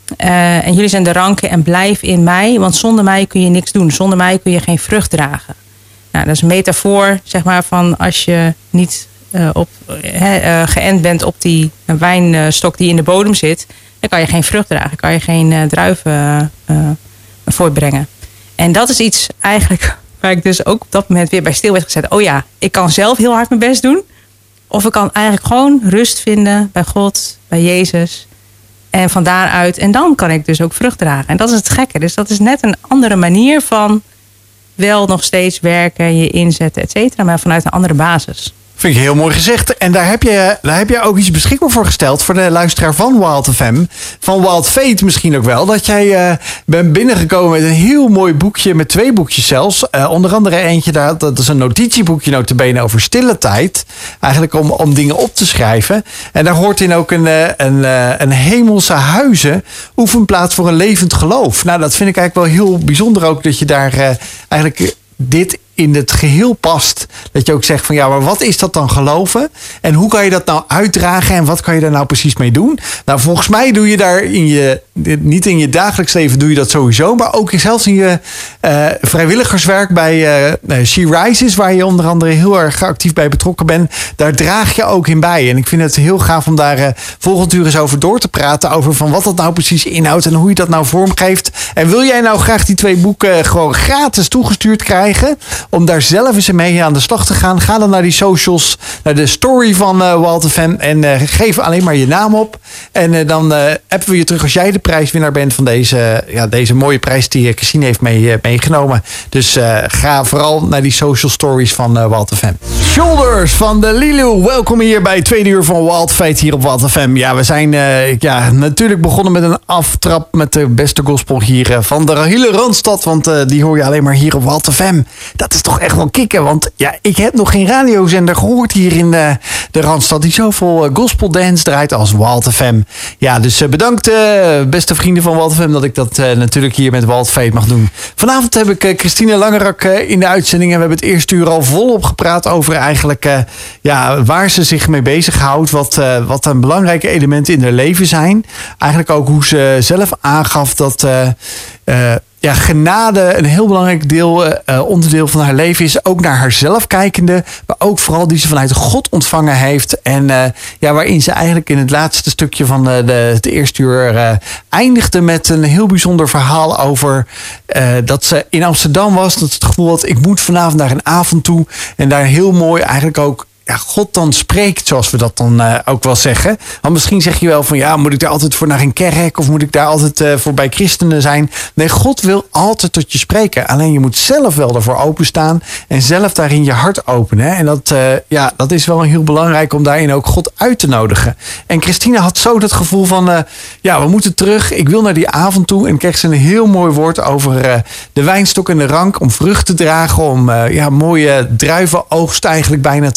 Uh, en jullie zijn de ranken en blijf in mij. Want zonder mij kun je niks doen. Zonder mij kun je geen vrucht dragen. Nou, dat is een metafoor, zeg maar, van als je niet uh, op, he, uh, geënt bent op die wijnstok die in de bodem zit, dan kan je geen vrucht dragen. Kan je geen uh, druiven uh, voortbrengen. En dat is iets eigenlijk waar ik dus ook op dat moment weer bij stil werd gezet. Oh ja, ik kan zelf heel hard mijn best doen. Of ik kan eigenlijk gewoon rust vinden bij God, bij Jezus. En van daaruit, en dan kan ik dus ook vrucht dragen. En dat is het gekke. Dus dat is net een andere manier van wel nog steeds werken, je inzetten, et cetera. Maar vanuit een andere basis. Vind ik heel mooi gezegd. En daar heb je, daar heb je ook iets beschikbaar voor gesteld voor de luisteraar van Wild F M. Van Wild Fate misschien ook wel. Dat jij uh, bent binnengekomen met een heel mooi boekje, met twee boekjes zelfs. Uh, onder andere eentje, daar, dat is een notitieboekje notabene over stille tijd. Eigenlijk om, om dingen op te schrijven. En daar hoort in ook een, een, een hemelse huizen oefenplaats voor een levend geloof. Nou, dat vind ik eigenlijk wel heel bijzonder ook dat je daar uh, eigenlijk dit in het geheel past. Dat je ook zegt van ja, maar wat is dat dan geloven? En hoe kan je dat nou uitdragen? En wat kan je daar nou precies mee doen? Nou, volgens mij doe je daar in je, niet in je dagelijks leven doe je dat sowieso, maar ook zelfs in je uh, vrijwilligerswerk bij uh, She Rises, waar je onder andere heel erg actief bij betrokken bent. Daar draag je ook in bij. En ik vind het heel gaaf om daar uh, volgend uur eens over door te praten. Over van wat dat nou precies inhoudt en hoe je dat nou vormgeeft. En wil jij nou graag die twee boeken gewoon gratis toegestuurd krijgen? Om daar zelf eens mee aan de slag te gaan. Ga dan naar die socials, naar de story van uh, Wild F M. En uh, geef alleen maar je naam op. En uh, dan uh, appen we je terug als jij de prijswinnaar bent van deze, uh, ja, deze mooie prijs die Christine heeft mee, uh, meegenomen. Dus uh, ga vooral naar die social stories van uh, Wild F M. Shoulders van de Lilo. Welkom hier bij het tweede uur van Wild Fate hier op Wild F M. Ja, we zijn uh, ja, natuurlijk begonnen met een aftrap met de beste gospel hier uh, van de hele Randstad. Want uh, die hoor je alleen maar hier op Wild F M. Dat is toch echt wel kicken. Want ja, ik heb nog geen radiozender gehoord hier in uh, de Randstad die zoveel uh, gospel dance draait als Wild F M. Ja, dus uh, bedankt uh, beste vrienden van Wild F M dat ik dat uh, natuurlijk hier met Wild Fate mag doen. Vanavond heb ik uh, Christine Langerak uh, in de uitzending. En we hebben het eerste uur al volop gepraat over eigenlijk uh, ja, waar ze zich mee bezighoudt. Wat, uh, wat een belangrijke elementen in haar leven zijn. Eigenlijk ook hoe ze zelf aangaf dat Uh, uh, Ja, genade een heel belangrijk deel, uh, onderdeel van haar leven is. Ook naar haarzelf kijkende. Maar ook vooral die ze vanuit God ontvangen heeft. En uh, ja, waarin ze eigenlijk in het laatste stukje van de, de, het eerste uur uh, eindigde met een heel bijzonder verhaal over uh, dat ze in Amsterdam was. Dat ze het gevoel had, ik moet vanavond naar een avond toe. En daar heel mooi eigenlijk ook ja, God dan spreekt, zoals we dat dan uh, ook wel zeggen. Want misschien zeg je wel van ja, moet ik daar altijd voor naar een kerk? Of moet ik daar altijd uh, voor bij christenen zijn? Nee, God wil altijd tot je spreken. Alleen je moet zelf wel ervoor openstaan. En zelf daarin je hart openen. En dat, uh, ja, dat is wel heel belangrijk om daarin ook God uit te nodigen. En Christine had zo dat gevoel van uh, ja, we moeten terug. Ik wil naar die avond toe. En kreeg ze een heel mooi woord over uh, de wijnstok en de rank. Om vrucht te dragen. Om uh, ja, mooie druivenoogst eigenlijk bijna te hebben.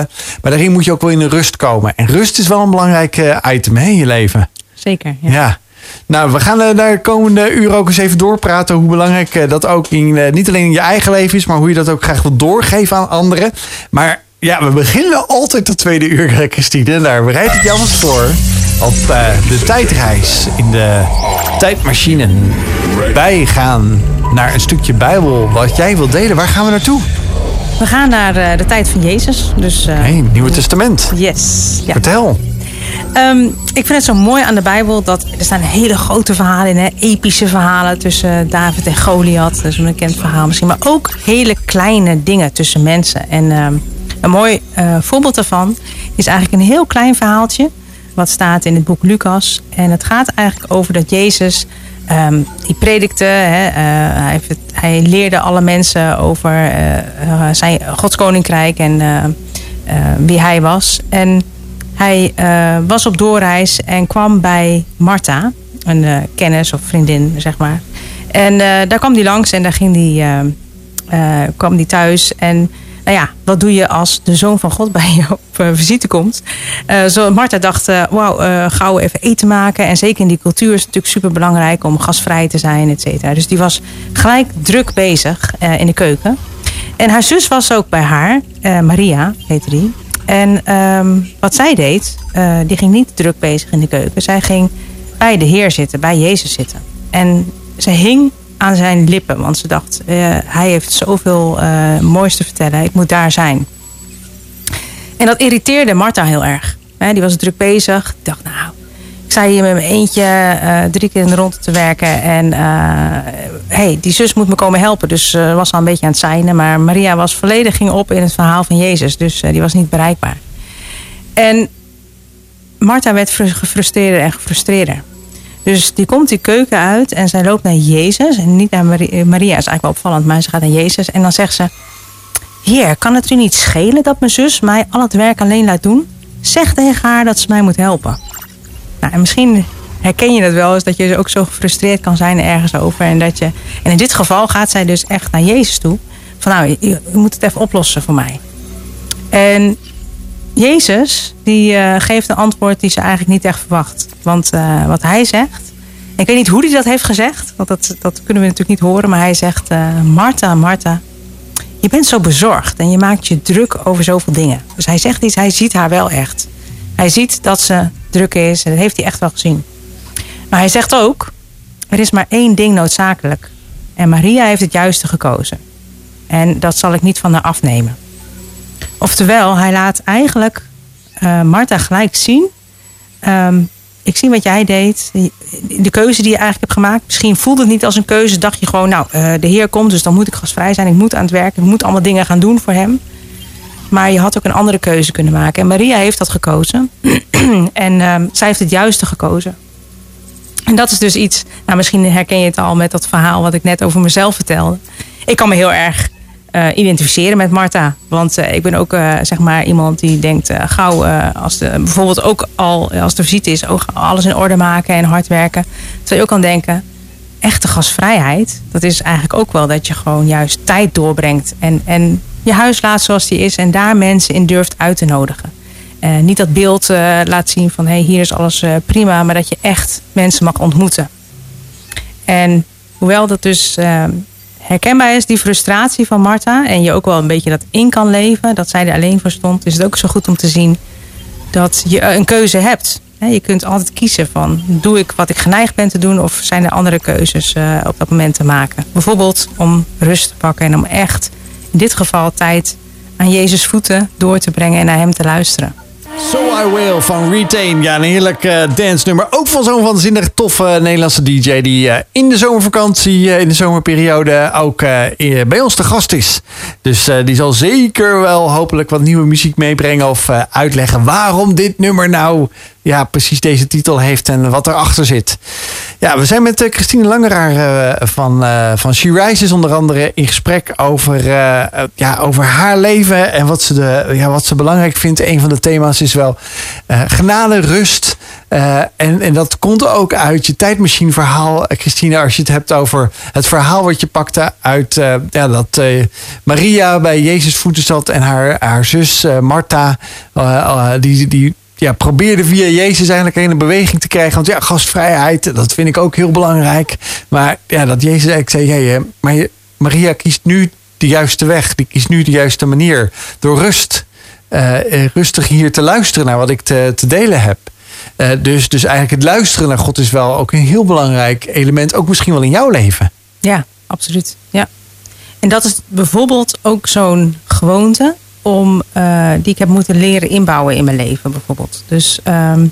wandelen. Maar daarin moet je ook wel in de rust komen. En rust is wel een belangrijk uh, item hè, in je leven. Zeker, ja. ja. Nou, we gaan uh, de komende uur ook eens even doorpraten hoe belangrijk uh, dat ook in, uh, niet alleen in je eigen leven is, maar hoe je dat ook graag wil doorgeven aan anderen. Maar ja, we beginnen altijd de tweede uur, Christine. Daar bereid ik jou eens voor op uh, de tijdreis in de tijdmachine. Wij gaan naar een stukje Bijbel wat jij wilt delen. Waar gaan we naartoe? We gaan naar uh, de tijd van Jezus. Dus, uh, nee, Nieuwe Testament. Yes. Ja. Vertel. Um, ik vind het zo mooi aan de Bijbel dat er staan hele grote verhalen in. Hè? Epische verhalen tussen David en Goliath. Dat is een bekend verhaal misschien. Maar ook hele kleine dingen tussen mensen. En um, een mooi uh, voorbeeld daarvan is eigenlijk een heel klein verhaaltje. Wat staat in het boek Lucas. En het gaat eigenlijk over dat Jezus... Um, die predikte, hè, uh, hij, heeft het, hij leerde alle mensen over uh, uh, zijn Gods koninkrijk en uh, uh, wie hij was. En hij uh, was op doorreis en kwam bij Martha, een uh, kennis of vriendin, zeg maar. En uh, daar kwam hij langs en daar ging hij, uh, uh, kwam hij thuis. En nou ja, wat doe je als de Zoon van God bij je op uh, visite komt? Uh, zo, Martha dacht, uh, wauw, uh, gauw even eten maken. En zeker in die cultuur is het natuurlijk super belangrijk om gastvrij te zijn, et cetera. Dus die was gelijk druk bezig uh, in de keuken. En haar zus was ook bij haar, uh, Maria heette die. En um, wat zij deed, uh, die ging niet druk bezig in de keuken. Zij ging bij de Heer zitten, bij Jezus zitten. En zij hing aan zijn lippen, want ze dacht, uh, hij heeft zoveel uh, moois te vertellen, ik moet daar zijn. En dat irriteerde Martha heel erg. He, die was druk bezig. Ik dacht, nou, ik sta hier met mijn eentje uh, drie keer in de ronde te werken en uh, hey, die zus moet me komen helpen. Dus uh, was al een beetje aan het seinen, maar Maria was volledig ging op in het verhaal van Jezus, dus uh, die was niet bereikbaar. En Martha werd gefrustreerder en gefrustreerder. Dus die komt die keuken uit en zij loopt naar Jezus. En niet naar Maria. Maria is eigenlijk wel opvallend, maar ze gaat naar Jezus. En dan zegt ze, Heer, kan het u niet schelen dat mijn zus mij al het werk alleen laat doen? Zeg tegen haar dat ze mij moet helpen. Nou, en misschien herken je dat wel eens, dat je ook zo gefrustreerd kan zijn ergens over. En, dat je, en in dit geval gaat zij dus echt naar Jezus toe. Van nou, je, je moet het even oplossen voor mij. En Jezus, die uh, geeft een antwoord die ze eigenlijk niet echt verwacht. Want uh, wat hij zegt... Ik weet niet hoe hij dat heeft gezegd. Want dat, dat kunnen we natuurlijk niet horen. Maar hij zegt... Uh, Martha, Martha... Je bent zo bezorgd. En je maakt je druk over zoveel dingen. Dus hij zegt iets. Hij ziet haar wel echt. Hij ziet dat ze druk is. En dat heeft hij echt wel gezien. Maar hij zegt ook... Er is maar één ding noodzakelijk. En Maria heeft het juiste gekozen. En dat zal ik niet van haar afnemen. Oftewel, hij laat eigenlijk uh, Martha gelijk zien. Um, ik zie wat jij deed. De keuze die je eigenlijk hebt gemaakt. Misschien voelde het niet als een keuze. Dacht je gewoon, nou, uh, de Heer komt, dus dan moet ik gastvrij zijn. Ik moet aan het werk. Ik moet allemaal dingen gaan doen voor hem. Maar je had ook een andere keuze kunnen maken. En Maria heeft dat gekozen. en um, zij heeft het juiste gekozen. En dat is dus iets... Nou, misschien herken je het al met dat verhaal wat ik net over mezelf vertelde. Ik kan me heel erg... Uh, identificeren met Martha. Want uh, ik ben ook uh, zeg maar iemand die denkt uh, gauw uh, als de, bijvoorbeeld ook al als de visite is, ook alles in orde maken en hard werken. Terwijl je ook kan denken, echte gastvrijheid, dat is eigenlijk ook wel dat je gewoon juist tijd doorbrengt en, en je huis laat zoals die is en daar mensen in durft uit te nodigen. Uh, niet dat beeld uh, laat zien van hey, hier is alles uh, prima, maar dat je echt mensen mag ontmoeten. En hoewel dat dus uh, herkenbaar is, die frustratie van Martha, en je ook wel een beetje dat in kan leven, dat zij er alleen voor stond, is het ook zo goed om te zien dat je een keuze hebt. Je kunt altijd kiezen van, doe ik wat ik geneigd ben te doen, of zijn er andere keuzes uh, op dat moment te maken. Bijvoorbeeld om rust te pakken en om echt, in dit geval, tijd aan Jezus voeten door te brengen en naar hem te luisteren. So I Will van Retain. Ja, een heerlijk uh, dance nummer. Ook van zo'n waanzinnig toffe uh, Nederlandse D J die uh, in de zomervakantie, uh, in de zomerperiode ook uh, bij ons te gast is. Dus uh, die zal zeker wel hopelijk wat nieuwe muziek meebrengen of uh, uitleggen waarom dit nummer nou ja, precies deze titel heeft en wat erachter zit. Ja, we zijn met uh, Christine Langeraar uh, van, uh, van She Rises onder andere in gesprek over, uh, uh, ja, over haar leven en wat ze, de, ja, wat ze belangrijk vindt. Een van de thema's is wel uh, genade, rust, Uh, en, en dat komt ook uit je tijdmachine verhaal, Christine, als je het hebt over het verhaal wat je pakte uit uh, ja, dat uh, Maria bij Jezus voeten zat en haar, haar zus uh, Martha, uh, uh, die, die ja, probeerde via Jezus eigenlijk in een beweging te krijgen. Want ja, gastvrijheid, dat vind ik ook heel belangrijk. Maar ja, dat Jezus eigenlijk zei, hey, maar Maria kiest nu de juiste weg, die kiest nu de juiste manier. Door rust, uh, rustig hier te luisteren naar wat ik te, te delen heb. Uh, dus, dus eigenlijk het luisteren naar God is wel ook een heel belangrijk element. Ook misschien wel in jouw leven. Ja, absoluut. Ja. En dat is bijvoorbeeld ook zo'n gewoonte om, uh, die ik heb moeten leren inbouwen in mijn leven bijvoorbeeld. Dus um,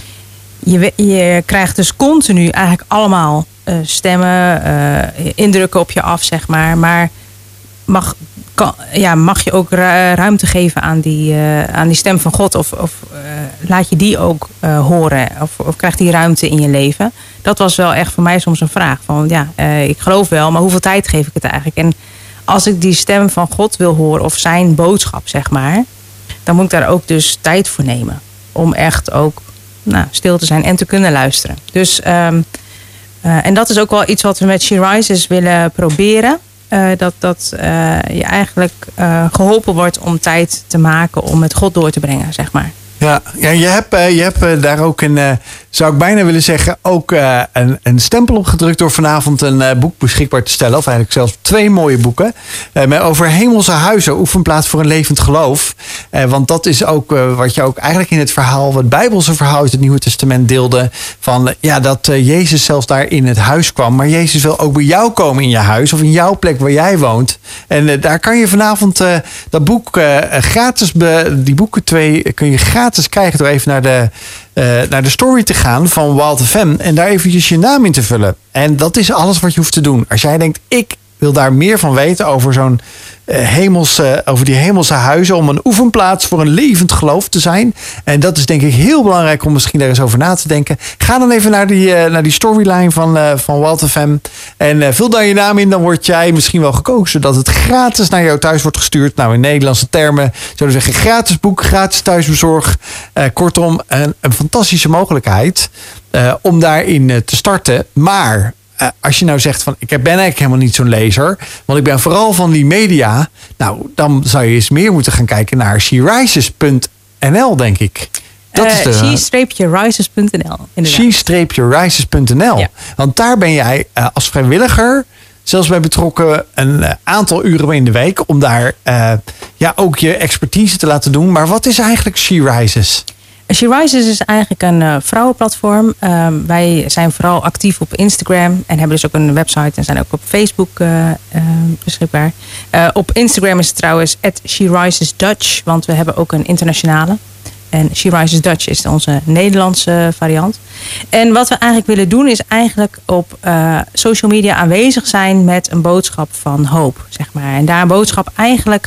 je, je krijgt dus continu eigenlijk allemaal uh, stemmen, uh, indrukken op je af, zeg maar. Maar mag, kan, ja, mag je ook ruimte geven aan die, uh, aan die stem van God? Of, of uh, laat je die ook uh, horen? Of, of krijgt die ruimte in je leven? Dat was wel echt voor mij soms een vraag. Van ja, uh, ik geloof wel, maar hoeveel tijd geef ik het eigenlijk? En als ik die stem van God wil horen, of zijn boodschap, zeg maar, dan moet ik daar ook dus tijd voor nemen. Om echt ook nou, stil te zijn en te kunnen luisteren. Dus, um, uh, en dat is ook wel iets wat we met She Rises willen proberen. Uh, dat dat uh, je eigenlijk uh, geholpen wordt om tijd te maken om met God door te brengen, zeg maar. Ja, ja je hebt, uh, je hebt uh, daar ook een, uh, zou ik bijna willen zeggen, ook uh, een, een stempel op gedrukt door vanavond een uh, boek beschikbaar te stellen. Of eigenlijk zelfs twee mooie boeken. Uh, met over hemelse huizen, oefenplaats voor een levend geloof. Uh, want dat is ook uh, wat je ook eigenlijk in het verhaal, het Bijbelse verhaal uit het Nieuwe Testament deelde. Van uh, ja, dat uh, Jezus zelfs daar in het huis kwam. Maar Jezus wil ook bij jou komen in je huis of in jouw plek waar jij woont. En uh, daar kan je vanavond uh, dat boek uh, gratis, be, die boeken twee kun je gratis krijgen door even naar de, uh, naar de story te gaan van Wild F M en daar eventjes je naam in te vullen. En dat is alles wat je hoeft te doen. Als jij denkt, ik wil daar meer van weten over zo'n uh, hemelse, over die hemelse huizen, om een oefenplaats voor een levend geloof te zijn. En dat is denk ik heel belangrijk om misschien daar eens over na te denken. Ga dan even naar die, uh, naar die storyline van, uh, van Wild F M en uh, vul daar je naam in. Dan word jij misschien wel gekozen, zodat het gratis naar jou thuis wordt gestuurd. Nou, in Nederlandse termen zouden we zeggen gratis boek, gratis thuisbezorg. Uh, kortom, een, een fantastische mogelijkheid uh, om daarin uh, te starten. Maar Uh, als je nou zegt van ik ben eigenlijk helemaal niet zo'n lezer, want ik ben vooral van die media, nou dan zou je eens meer moeten gaan kijken naar she rises punt n l, denk ik. Dat uh, is de she rises punt n l. she rises punt n l. Ja. Want daar ben jij uh, als vrijwilliger zelfs bij betrokken een uh, aantal uren in de week om daar uh, ja, ook je expertise te laten doen. Maar wat is eigenlijk She Rises? She Rises is eigenlijk een uh, vrouwenplatform. Uh, wij zijn vooral actief op Instagram en hebben dus ook een website en zijn ook op Facebook uh, uh, beschikbaar. Uh, op Instagram is het trouwens at She Rises Dutch, want we hebben ook een internationale. En She Rises Dutch is onze Nederlandse variant. En wat we eigenlijk willen doen is eigenlijk op uh, social media aanwezig zijn met een boodschap van hoop, zeg maar. En daar een boodschap eigenlijk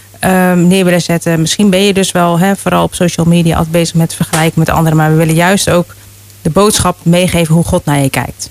Um, neer willen zetten. Misschien ben je dus wel hè, vooral op social media altijd bezig met vergelijken met anderen. Maar we willen juist ook de boodschap meegeven hoe God naar je kijkt.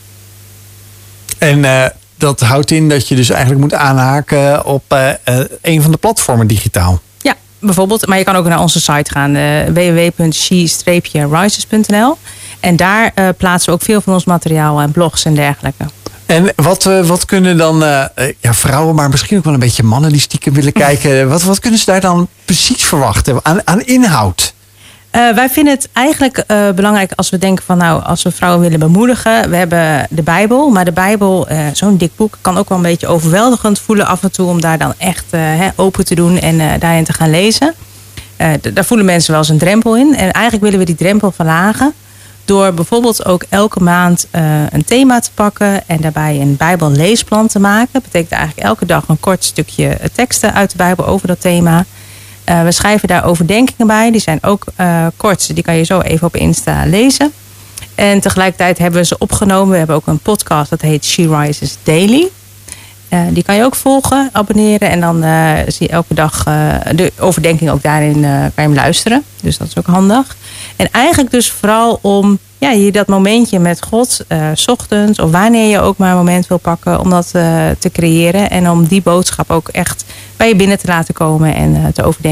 En uh, dat houdt in dat je dus eigenlijk moet aanhaken op uh, uh, een van de platformen digitaal. Ja, bijvoorbeeld. Maar je kan ook naar onze site gaan. Uh, w w w punt she rises punt n l. En daar uh, plaatsen we ook veel van ons materiaal en blogs en dergelijke. En wat, uh, wat kunnen dan uh, ja, vrouwen, maar misschien ook wel een beetje mannen die stiekem willen kijken. Wat, wat kunnen ze daar dan precies verwachten aan, aan inhoud? Uh, wij vinden het eigenlijk uh, belangrijk als we denken van nou, als we vrouwen willen bemoedigen. We hebben de Bijbel, maar de Bijbel, uh, zo'n dik boek, kan ook wel een beetje overweldigend voelen af en toe om daar dan echt uh, he, open te doen en uh, daarin te gaan lezen. Uh, d- daar voelen mensen wel eens een drempel in. En eigenlijk willen we die drempel verlagen door bijvoorbeeld ook elke maand uh, een thema te pakken en daarbij een Bijbelleesplan te maken. Dat betekent eigenlijk elke dag een kort stukje teksten uit de Bijbel over dat thema. Uh, we schrijven daar overdenkingen bij. Die zijn ook uh, kort. Die kan je zo even op Insta lezen. En tegelijkertijd hebben we ze opgenomen. We hebben ook een podcast dat heet She Rises Daily. Uh, die kan je ook volgen, abonneren. En dan uh, zie je elke dag uh, de overdenking ook daarin uh, kan je hem luisteren. Dus dat is ook handig. En eigenlijk dus vooral om ja, je dat momentje met God, uh, 's ochtends of wanneer je ook maar een moment wil pakken, om dat uh, te creëren. En om die boodschap ook echt bij je binnen te laten komen en uh, te overdenken.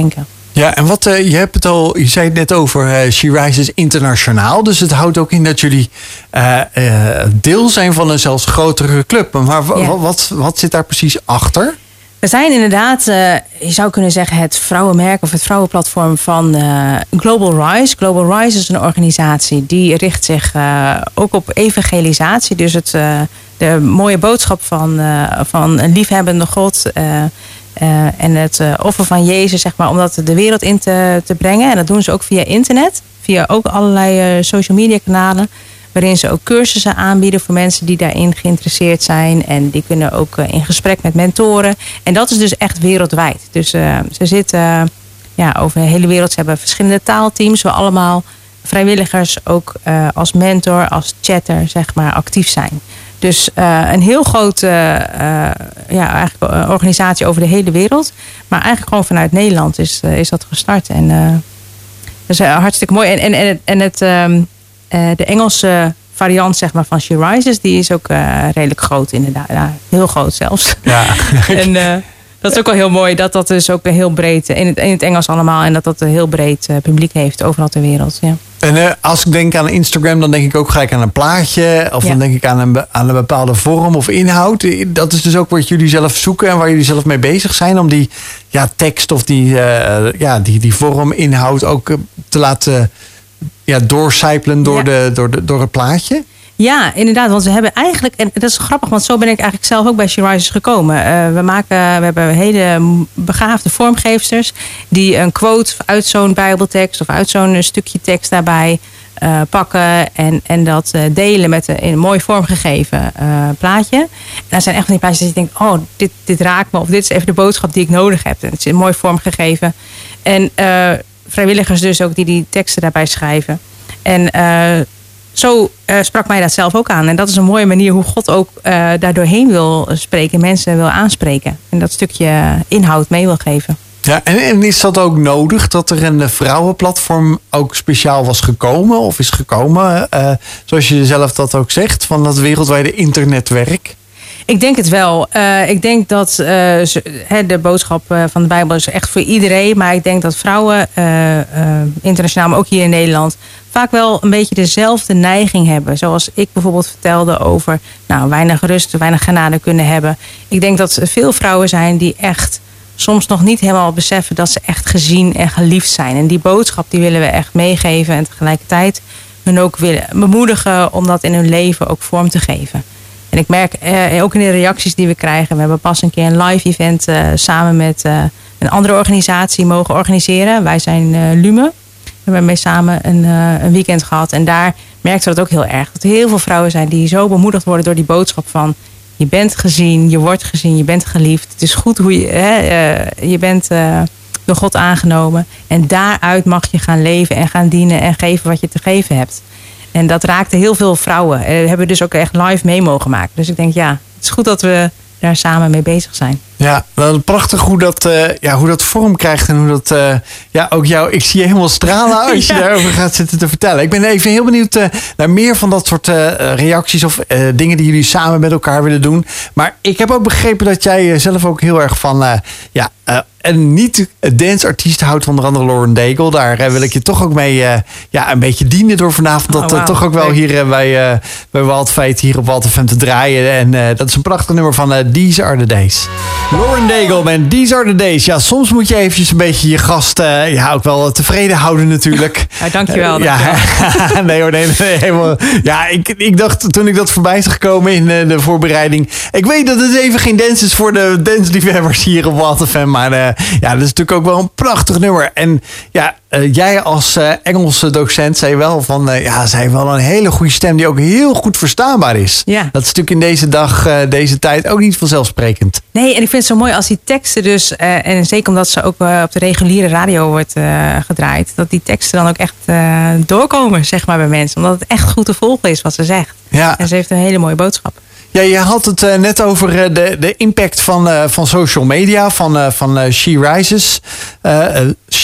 Ja, en wat uh, je hebt het al, je zei het net over uh, She Rises internationaal. Dus het houdt ook in dat jullie uh, uh, deel zijn van een zelfs grotere club. Maar w- ja. wat, wat zit daar precies achter? We zijn inderdaad, uh, je zou kunnen zeggen, het vrouwenmerk of het vrouwenplatform van uh, Global Rise. Global Rise is een organisatie die richt zich uh, ook op evangelisatie. Dus het, uh, de mooie boodschap van, uh, van een liefhebbende God uh, uh, en het uh, offer van Jezus, zeg maar, om dat de wereld in te, te brengen. En dat doen ze ook via internet, via ook allerlei uh, social media kanalen. Waarin ze ook cursussen aanbieden voor mensen die daarin geïnteresseerd zijn. En die kunnen ook in gesprek met mentoren. En dat is dus echt wereldwijd. Dus uh, ze zitten uh, ja, over de hele wereld. Ze hebben verschillende taalteams waar allemaal vrijwilligers ook uh, als mentor, als chatter, zeg maar, actief zijn. Dus uh, een heel grote uh, ja, eigenlijk, uh, organisatie over de hele wereld. Maar eigenlijk gewoon vanuit Nederland is, uh, is dat gestart. En uh, dat is uh, hartstikke mooi. En, en, en, en het... Um, Uh, de Engelse variant, zeg maar, van She Rises, die is ook uh, redelijk groot inderdaad. Ja, heel groot zelfs. Ja. en uh, dat is ook wel heel mooi dat dat dus ook heel breed, in het, in het Engels allemaal, en dat dat een heel breed uh, publiek heeft overal ter wereld. Ja. En uh, als ik denk aan Instagram, dan denk ik ook gelijk aan een plaatje. Of ja. dan denk ik aan een, aan een bepaalde vorm of inhoud. Dat is dus ook wat jullie zelf zoeken en waar jullie zelf mee bezig zijn. Om die ja, tekst of die, uh, ja, die, die vorm, inhoud ook uh, te laten... Ja, doorcijpelen door, ja. de, door, de, door het plaatje? Ja, inderdaad. Want we hebben eigenlijk... En dat is grappig, want zo ben ik eigenlijk zelf ook bij She Rises gekomen. Uh, we, maken, we hebben hele begaafde vormgeefsters... die een quote uit zo'n bijbeltekst... of uit zo'n stukje tekst daarbij uh, pakken... En, en dat uh, delen met een, een mooi vormgegeven uh, plaatje. En dat zijn echt van die plaatjes dat je denkt... oh, dit, dit raakt me. Of dit is even de boodschap die ik nodig heb. En het is mooi vormgegeven. En... Uh, vrijwilligers dus ook die die teksten daarbij schrijven. En uh, zo uh, sprak mij dat zelf ook aan. En dat is een mooie manier hoe God ook uh, daar doorheen wil spreken. Mensen wil aanspreken. En dat stukje inhoud mee wil geven. Ja, en, en is dat ook nodig dat er een vrouwenplatform ook speciaal was gekomen? Of is gekomen, uh, zoals je zelf dat ook zegt, van dat wereldwijde internetwerk? Ik denk het wel. Uh, ik denk dat uh, ze, de boodschap uh, van de Bijbel is echt voor iedereen. Maar ik denk dat vrouwen, uh, uh, internationaal, maar ook hier in Nederland... vaak wel een beetje dezelfde neiging hebben. Zoals ik bijvoorbeeld vertelde over nou, weinig rust, weinig genade kunnen hebben. Ik denk dat er veel vrouwen zijn die echt soms nog niet helemaal beseffen... dat ze echt gezien en geliefd zijn. En die boodschap die willen we echt meegeven. En tegelijkertijd hun ook willen bemoedigen om dat in hun leven ook vorm te geven. En ik merk eh, ook in de reacties die we krijgen. We hebben pas een keer een live event uh, samen met uh, een andere organisatie mogen organiseren. Wij zijn uh, Lume. We hebben mee samen een, uh, een weekend gehad. En daar merkten we dat ook heel erg. Dat er heel veel vrouwen zijn die zo bemoedigd worden door die boodschap van... je bent gezien, je wordt gezien, je bent geliefd. Het is goed hoe je... Hè, uh, je bent uh, door God aangenomen. En daaruit mag je gaan leven en gaan dienen en geven wat je te geven hebt. En dat raakte heel veel vrouwen. We hebben dus ook echt live mee mogen maken. Dus ik denk, ja, het is goed dat we daar samen mee bezig zijn. Ja, wel prachtig hoe dat, uh, ja, hoe dat vorm krijgt. En hoe dat, uh, ja, ook jou, ik zie je helemaal stralen als je ja. daarover gaat zitten te vertellen. Ik ben even heel benieuwd uh, naar meer van dat soort uh, reacties of uh, dingen die jullie samen met elkaar willen doen. Maar ik heb ook begrepen dat jij uh, zelf ook heel erg van, uh, ja, uh, een niet-danceartiest houdt, onder andere Lauren Daigle. Daar uh, wil ik je toch ook mee uh, ja, een beetje dienen door vanavond. Dat oh, wow. uh, toch ook wel hier uh, bij, uh, bij Waldfeit hier op Walt F M te draaien. En uh, dat is een prachtig nummer van uh, These Are The Days. Lauren Daigle en These Are The Days. Ja, soms moet je eventjes een beetje je gast uh, ja, ook wel tevreden houden natuurlijk. Ja, dankjewel. Uh, dankjewel. Ja, nee hoor, nee, nee, helemaal. Ja, ik, ik dacht toen ik dat voorbij zag komen in uh, de voorbereiding. Ik weet dat het even geen dance is voor de dansliefhebbers hier op Walt F M. Maar uh, ja, dat is natuurlijk ook wel een prachtig nummer. En ja, uh, jij als uh, Engelse docent zei wel van... Uh, ja, zij heeft wel een hele goede stem die ook heel goed verstaanbaar is. Ja. Dat is natuurlijk in deze dag, uh, deze tijd ook niet vanzelfsprekend. Nee, en ik vind het zo mooi als die teksten dus... Uh, en zeker omdat ze ook uh, op de reguliere radio wordt uh, gedraaid... dat die teksten dan ook echt uh, doorkomen, zeg maar, bij mensen. Omdat het echt goed te volgen is wat ze zegt. Ja. En ze heeft een hele mooie boodschap. Ja, je had het uh, net over uh, de, de impact van, uh, van social media, van, uh, van uh, She Rises. Uh,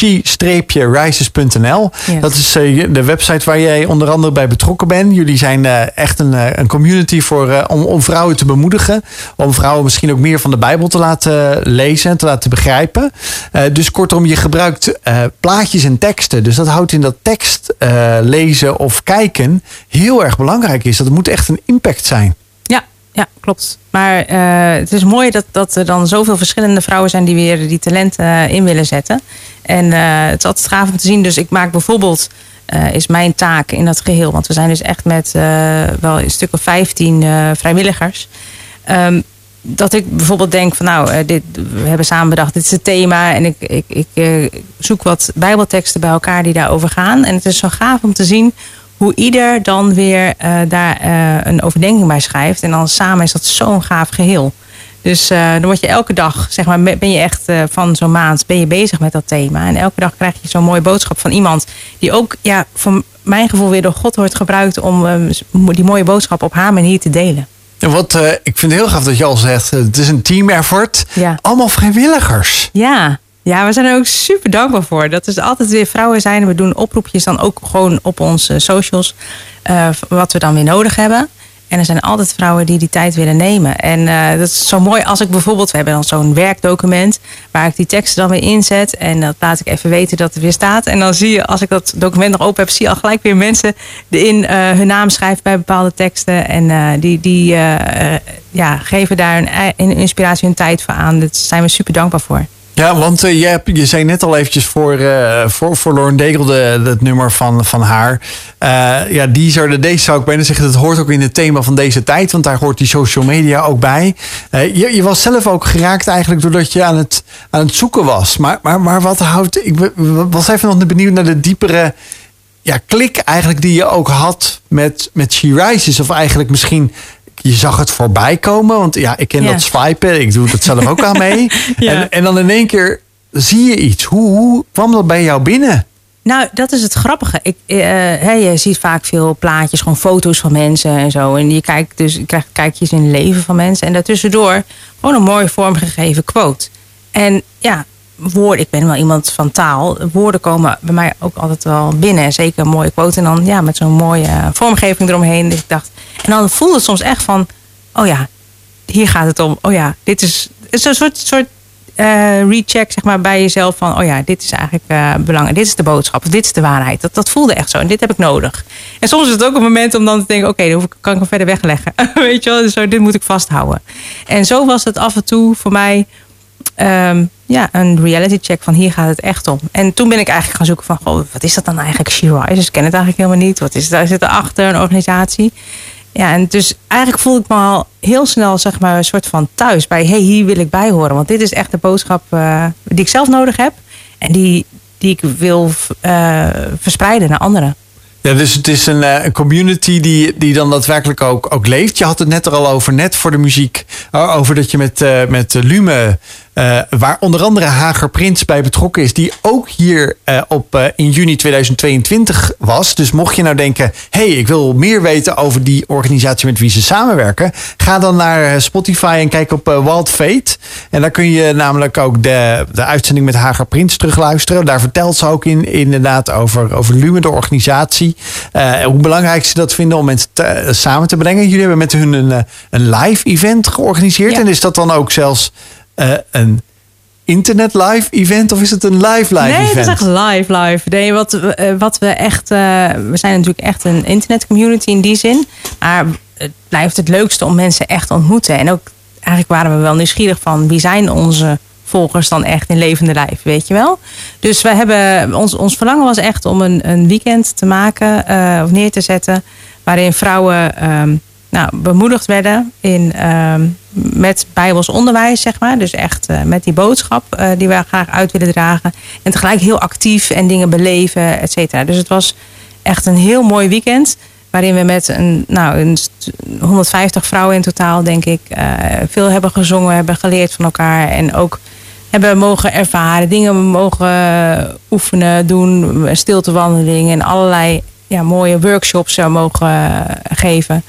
she-rises punt n l. Yes. Dat is uh, de website waar jij onder andere bij betrokken bent. Jullie zijn uh, echt een, uh, een community voor, uh, om, om vrouwen te bemoedigen. Om vrouwen misschien ook meer van de Bijbel te laten lezen en te laten begrijpen. Uh, dus kortom, je gebruikt uh, plaatjes en teksten. Dus dat houdt in dat tekst uh, lezen of kijken heel erg belangrijk is. Dat moet echt een impact zijn. Ja, klopt. Maar uh, het is mooi dat, dat er dan zoveel verschillende vrouwen zijn die weer die talenten uh, in willen zetten. En uh, het is altijd gaaf om te zien. Dus ik maak bijvoorbeeld, uh, is mijn taak in dat geheel. Want we zijn dus echt met uh, wel een stuk of vijftien uh, vrijwilligers. Um, dat ik bijvoorbeeld denk van nou, uh, dit, we hebben samen bedacht, dit is het thema. En ik, ik, ik uh, zoek wat bijbelteksten bij elkaar die daarover gaan. En het is zo gaaf om te zien hoe ieder dan weer uh, daar uh, een overdenking bij schrijft. En dan samen is dat zo'n gaaf geheel. Dus uh, dan word je elke dag, zeg maar, ben je echt uh, van zo'n maand ben je bezig met dat thema. En elke dag krijg je zo'n mooie boodschap van iemand die ook, ja, voor mijn gevoel weer door God wordt gebruikt om uh, die mooie boodschap op haar manier te delen. En wat, uh, ik vind het heel gaaf dat je al zegt, uh, het is een team effort. Ja. Allemaal vrijwilligers. Ja. Ja, we zijn er ook super dankbaar voor. Dat is altijd weer vrouwen zijn. We doen oproepjes dan ook gewoon op onze socials. Uh, wat we dan weer nodig hebben. En er zijn altijd vrouwen die die tijd willen nemen. En uh, dat is zo mooi als ik bijvoorbeeld... We hebben dan zo'n werkdocument waar ik die teksten dan weer inzet. En dat laat ik even weten dat het weer staat. En dan zie je, als ik dat document nog open heb... zie je al gelijk weer mensen erin uh, hun naam schrijven bij bepaalde teksten. En uh, die, die uh, uh, ja, geven daar een, een inspiratie en tijd voor aan. Daar zijn we super dankbaar voor. Ja, want uh, je, hebt, je zei net al eventjes voor, uh, voor, voor Lauren Daigle, de, het nummer van, van haar. Uh, ja, These Are The Days zou ik bijna zeggen. Dat hoort ook in het thema van deze tijd. Want daar hoort die social media ook bij. Uh, je, je was zelf ook geraakt eigenlijk doordat je aan het, aan het zoeken was. Maar, maar, maar wat houdt... Ik was even nog benieuwd naar de diepere ja, klik eigenlijk die je ook had met, met She Rises. Of eigenlijk misschien... Je zag het voorbij komen, want ja, ik ken ja. dat swipen. Ik doe dat zelf ook aan mee. ja. en, en dan in één keer zie je iets. Hoe, hoe kwam dat bij jou binnen? Nou, dat is het grappige. Ik, uh, hey, je ziet vaak veel plaatjes, gewoon foto's van mensen en zo. En je kijkt dus, je krijgt kijkjes in het leven van mensen. En daartussendoor gewoon een mooi vormgegeven quote. En ja, woorden, ik ben wel iemand van taal. Woorden komen bij mij ook altijd wel binnen. Zeker een mooie quote. En dan ja, met zo'n mooie vormgeving eromheen. Dus ik dacht, en dan voelde het soms echt van, oh ja, hier gaat het om. Oh ja, dit is, is een soort, soort uh, recheck zeg maar, bij jezelf van, oh ja, dit is eigenlijk uh, belangrijk. Dit is de boodschap, of dit is de waarheid. Dat, dat voelde echt zo en dit heb ik nodig. En soms is het ook een moment om dan te denken, oké, okay, dan kan ik hem verder wegleggen. Weet je wel, dus zo, dit moet ik vasthouden. En zo was het af en toe voor mij... Um, ja, een reality check van hier gaat het echt om. En toen ben ik eigenlijk gaan zoeken van, goh, wat is dat dan eigenlijk, She Rises? Ik ken het eigenlijk helemaal niet. Wat is daar zit erachter, een organisatie? Ja, en dus eigenlijk voelde ik me al heel snel, zeg maar, een soort van thuis bij, hey, hier wil ik bij horen. Want dit is echt de boodschap uh, die ik zelf nodig heb en die, die ik wil uh, verspreiden naar anderen. Ja, dus het is een, een community die, die dan daadwerkelijk ook, ook leeft. Je had het net er al over, net voor de muziek, over dat je met, uh, met Lume, uh, waar onder andere Hager Prins bij betrokken is, die ook hier uh, op uh, in juni tweeduizend tweeëntwintig was. Dus mocht je nou denken, hey, ik wil meer weten over die organisatie met wie ze samenwerken, ga dan naar Spotify en kijk op uh, Wild Fate. En daar kun je namelijk ook de, de uitzending met Hager Prins terugluisteren. Daar vertelt ze ook in, inderdaad over, over Lume, de organisatie. Uh, hoe belangrijk ze dat vinden om mensen te, uh, samen te brengen. Jullie hebben met hun een, een live event georganiseerd. Ja. En is dat dan ook zelfs uh, een internet live event? Of is het een live live nee, event? Nee, het is echt live live. Nee, wat, uh, wat we echt... Uh, we zijn natuurlijk echt een internet community in die zin. Maar het blijft het leukste om mensen echt te ontmoeten. En ook eigenlijk waren we wel nieuwsgierig van wie zijn onze volgers dan echt in levende lijf, weet je wel. Dus we hebben, ons, ons verlangen was echt om een, een weekend te maken uh, of neer te zetten waarin vrouwen um, nou, bemoedigd werden in, um, met Bijbels onderwijs, zeg maar. Dus echt uh, met die boodschap uh, die we graag uit willen dragen. En tegelijk heel actief en dingen beleven, et cetera. Dus het was echt een heel mooi weekend waarin we met een, nou, een honderdvijftig vrouwen in totaal, denk ik, uh, veel hebben gezongen, hebben geleerd van elkaar en ook hebben mogen ervaren, dingen mogen oefenen, doen, stiltewandeling en allerlei ja, mooie workshops mogen geven.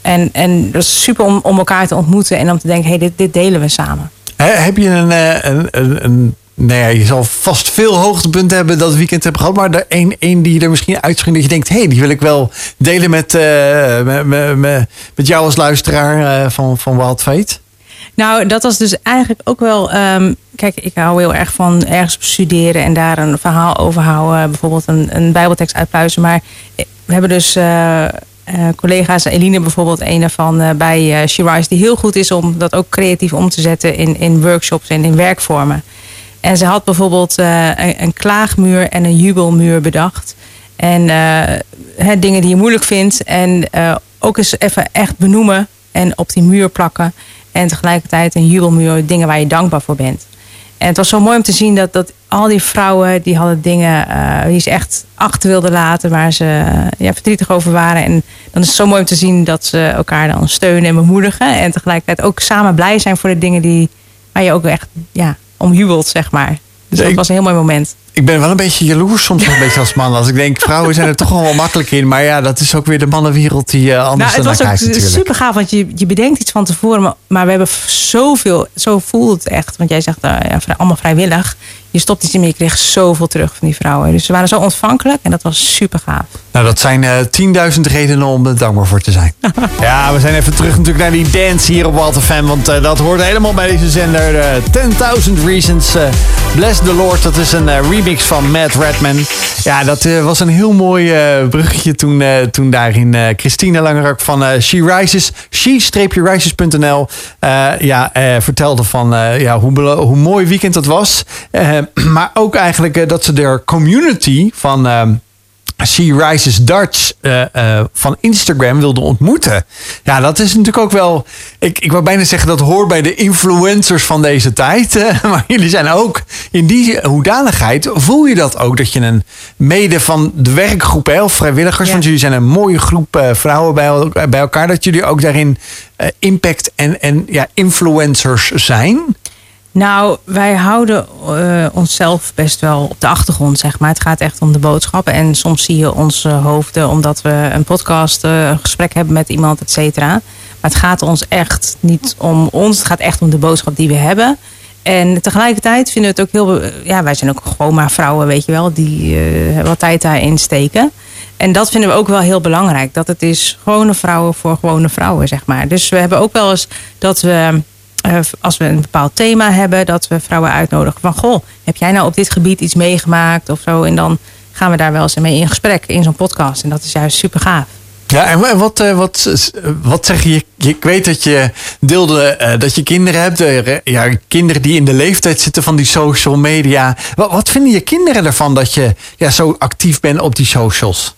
En, en dat is super om, om elkaar te ontmoeten en om te denken, hé, hey, dit, dit delen we samen. He, heb je een, een, een, een nou ja, je zal vast veel hoogtepunten hebben dat weekend hebben gehad, maar er één, één die er misschien uitspringt dat je denkt, hé, hey, die wil ik wel delen met, uh, met, met, met jou als luisteraar uh, van, van Wild Fate? Nou, dat was dus eigenlijk ook wel... Um, kijk, ik hou heel erg van ergens studeren en daar een verhaal over houden. Bijvoorbeeld een, een bijbeltekst uitpluizen. Maar we hebben dus uh, uh, collega's, Eline bijvoorbeeld, een daarvan uh, bij uh, She Rise, die heel goed is om dat ook creatief om te zetten in, in workshops en in werkvormen. En ze had bijvoorbeeld uh, een, een klaagmuur en een jubelmuur bedacht. En uh, he, dingen die je moeilijk vindt. En uh, ook eens even echt benoemen en op die muur plakken. En tegelijkertijd een jubelmuur, dingen waar je dankbaar voor bent. En het was zo mooi om te zien dat, dat al die vrouwen, die hadden dingen uh, die ze echt achter wilden laten, waar ze uh, ja, verdrietig over waren. En dan is het zo mooi om te zien dat ze elkaar dan steunen en bemoedigen. En tegelijkertijd ook samen blij zijn voor de dingen die, waar je ook echt ja, om jubelt, zeg maar. Dus dat was een heel mooi moment. Ik ben wel een beetje jaloers soms nog een beetje als man. Als ik denk, vrouwen zijn er toch wel makkelijk in. Maar ja, dat is ook weer de mannenwereld die uh, anders nou, dan naar kijkt natuurlijk. Het was ook super gaaf, want je, je bedenkt iets van tevoren. Maar, maar we hebben zoveel, zo voelt het echt. Want jij zegt, uh, ja, allemaal vrijwillig. Je stopt iets in, maar je kreeg zoveel terug van die vrouwen. Dus ze waren zo ontvankelijk en dat was super gaaf. Nou, dat zijn uh, tienduizend redenen om er dankbaar voor te zijn. Ja, we zijn even terug natuurlijk naar die dance hier op Wild F M. Want uh, dat hoort helemaal bij deze zender. Uh, ten thousand Reasons. Uh, Bless the Lord. Dat is een uh, remix van Matt Redman. Ja, dat uh, was een heel mooi uh, bruggetje toen, uh, toen daarin uh, Christina Langerak van uh, She Rises, she-rises punt n l uh, ja, uh, vertelde van uh, ja, hoe, hoe mooi weekend dat was. Uh, maar ook eigenlijk uh, dat ze de community van uh, She Rises Dutch uh, uh, van Instagram wilde ontmoeten. Ja, dat is natuurlijk ook wel... Ik, ik wou bijna zeggen dat hoort bij de influencers van deze tijd. Uh, maar jullie zijn ook in die hoedanigheid. Voel je dat ook? Dat je een mede van de werkgroep hè, of vrijwilligers... Ja. Want jullie zijn een mooie groep uh, vrouwen bij, bij elkaar. Dat jullie ook daarin uh, impact en, en ja, influencers zijn... Nou, wij houden uh, onszelf best wel op de achtergrond, zeg maar. Het gaat echt om de boodschappen. En soms zie je onze hoofden omdat we een podcast, uh, een gesprek hebben met iemand, et cetera. Maar het gaat ons echt niet om ons. Het gaat echt om de boodschap die we hebben. En tegelijkertijd vinden we het ook heel... Ja, wij zijn ook gewoon maar vrouwen, weet je wel, die uh, wat tijd daarin steken. En dat vinden we ook wel heel belangrijk. Dat het is gewone vrouwen voor gewone vrouwen, zeg maar. Dus we hebben ook wel eens dat we... Uh, als we een bepaald thema hebben, dat we vrouwen uitnodigen van, goh, heb jij nou op dit gebied iets meegemaakt of zo? En dan gaan we daar wel eens mee in gesprek in zo'n podcast. En dat is juist super gaaf. Ja, en wat, wat, wat zeg je? Ik weet dat je deelde uh, dat je kinderen hebt. Uh, ja, kinderen die in de leeftijd zitten van die social media. Wat, wat vinden je kinderen ervan dat je ja, zo actief bent op die socials?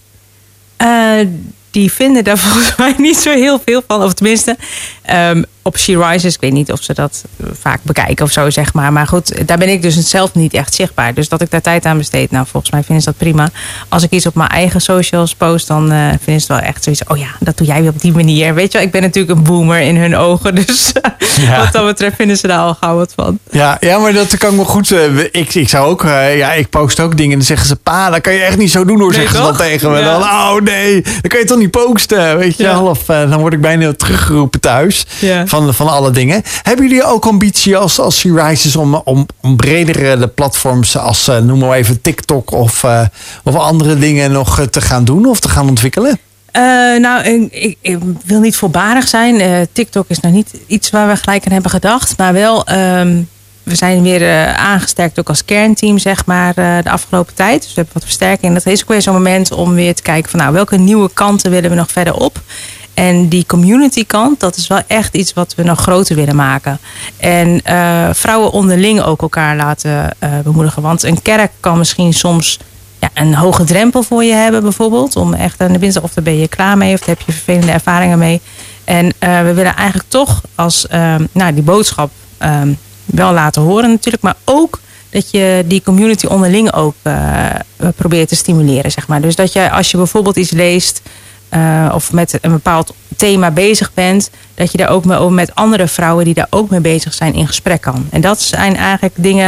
Uh, die vinden daar volgens mij niet zo heel veel van. Of tenminste, um, op She Rises, ik weet niet of ze dat vaak bekijken of zo, zeg maar. Maar goed, daar ben ik dus zelf niet echt zichtbaar. Dus dat ik daar tijd aan besteed, nou, volgens mij vinden ze dat prima. Als ik iets op mijn eigen socials post, dan uh, vinden ze het wel echt zoiets. Oh ja, dat doe jij weer op die manier. Weet je wel, ik ben natuurlijk een boomer in hun ogen. Dus ja. Wat dat betreft vinden ze daar al gauw wat van. Ja, ja, maar dat kan ik me goed... Uh, ik, ik zou ook... Uh, ja, ik post ook dingen en dan zeggen ze... Pa, dat kan je echt niet zo doen, hoor, nee, zeggen toch? Ze dan tegen me. Ja. Dan, oh nee, dan kan je toch niet posten, weet je ja. wel. Of uh, dan word ik bijna teruggeroepen thuis. Ja. Van, van alle dingen. Hebben jullie ook ambitie als, als She Rises om, om, om bredere de platforms als, uh, noem maar even TikTok of, uh, of andere dingen nog uh, te gaan doen of te gaan ontwikkelen? Uh, nou, ik, ik wil niet voorbarig zijn. Uh, TikTok is nog niet iets waar we gelijk aan hebben gedacht. Maar wel, um, we zijn weer uh, aangesterkt ook als kernteam, zeg maar, uh, de afgelopen tijd. Dus we hebben wat versterking. En dat is ook weer zo'n moment om weer te kijken van, nou, welke nieuwe kanten willen we nog verder op? En die community kant, dat is wel echt iets wat we nog groter willen maken. En uh, vrouwen onderling ook elkaar laten uh, bemoedigen. Want een kerk kan misschien soms ja, een hoge drempel voor je hebben bijvoorbeeld. Om echt aan de binnen, of daar ben je klaar mee of daar heb je vervelende ervaringen mee. En uh, we willen eigenlijk toch als uh, nou, die boodschap uh, wel laten horen natuurlijk. Maar ook dat je die community onderling ook uh, probeert te stimuleren, zeg maar. Dus dat je als je bijvoorbeeld iets leest... Uh, of met een bepaald thema bezig bent, dat je daar ook met, met andere vrouwen die daar ook mee bezig zijn in gesprek kan. En dat zijn eigenlijk dingen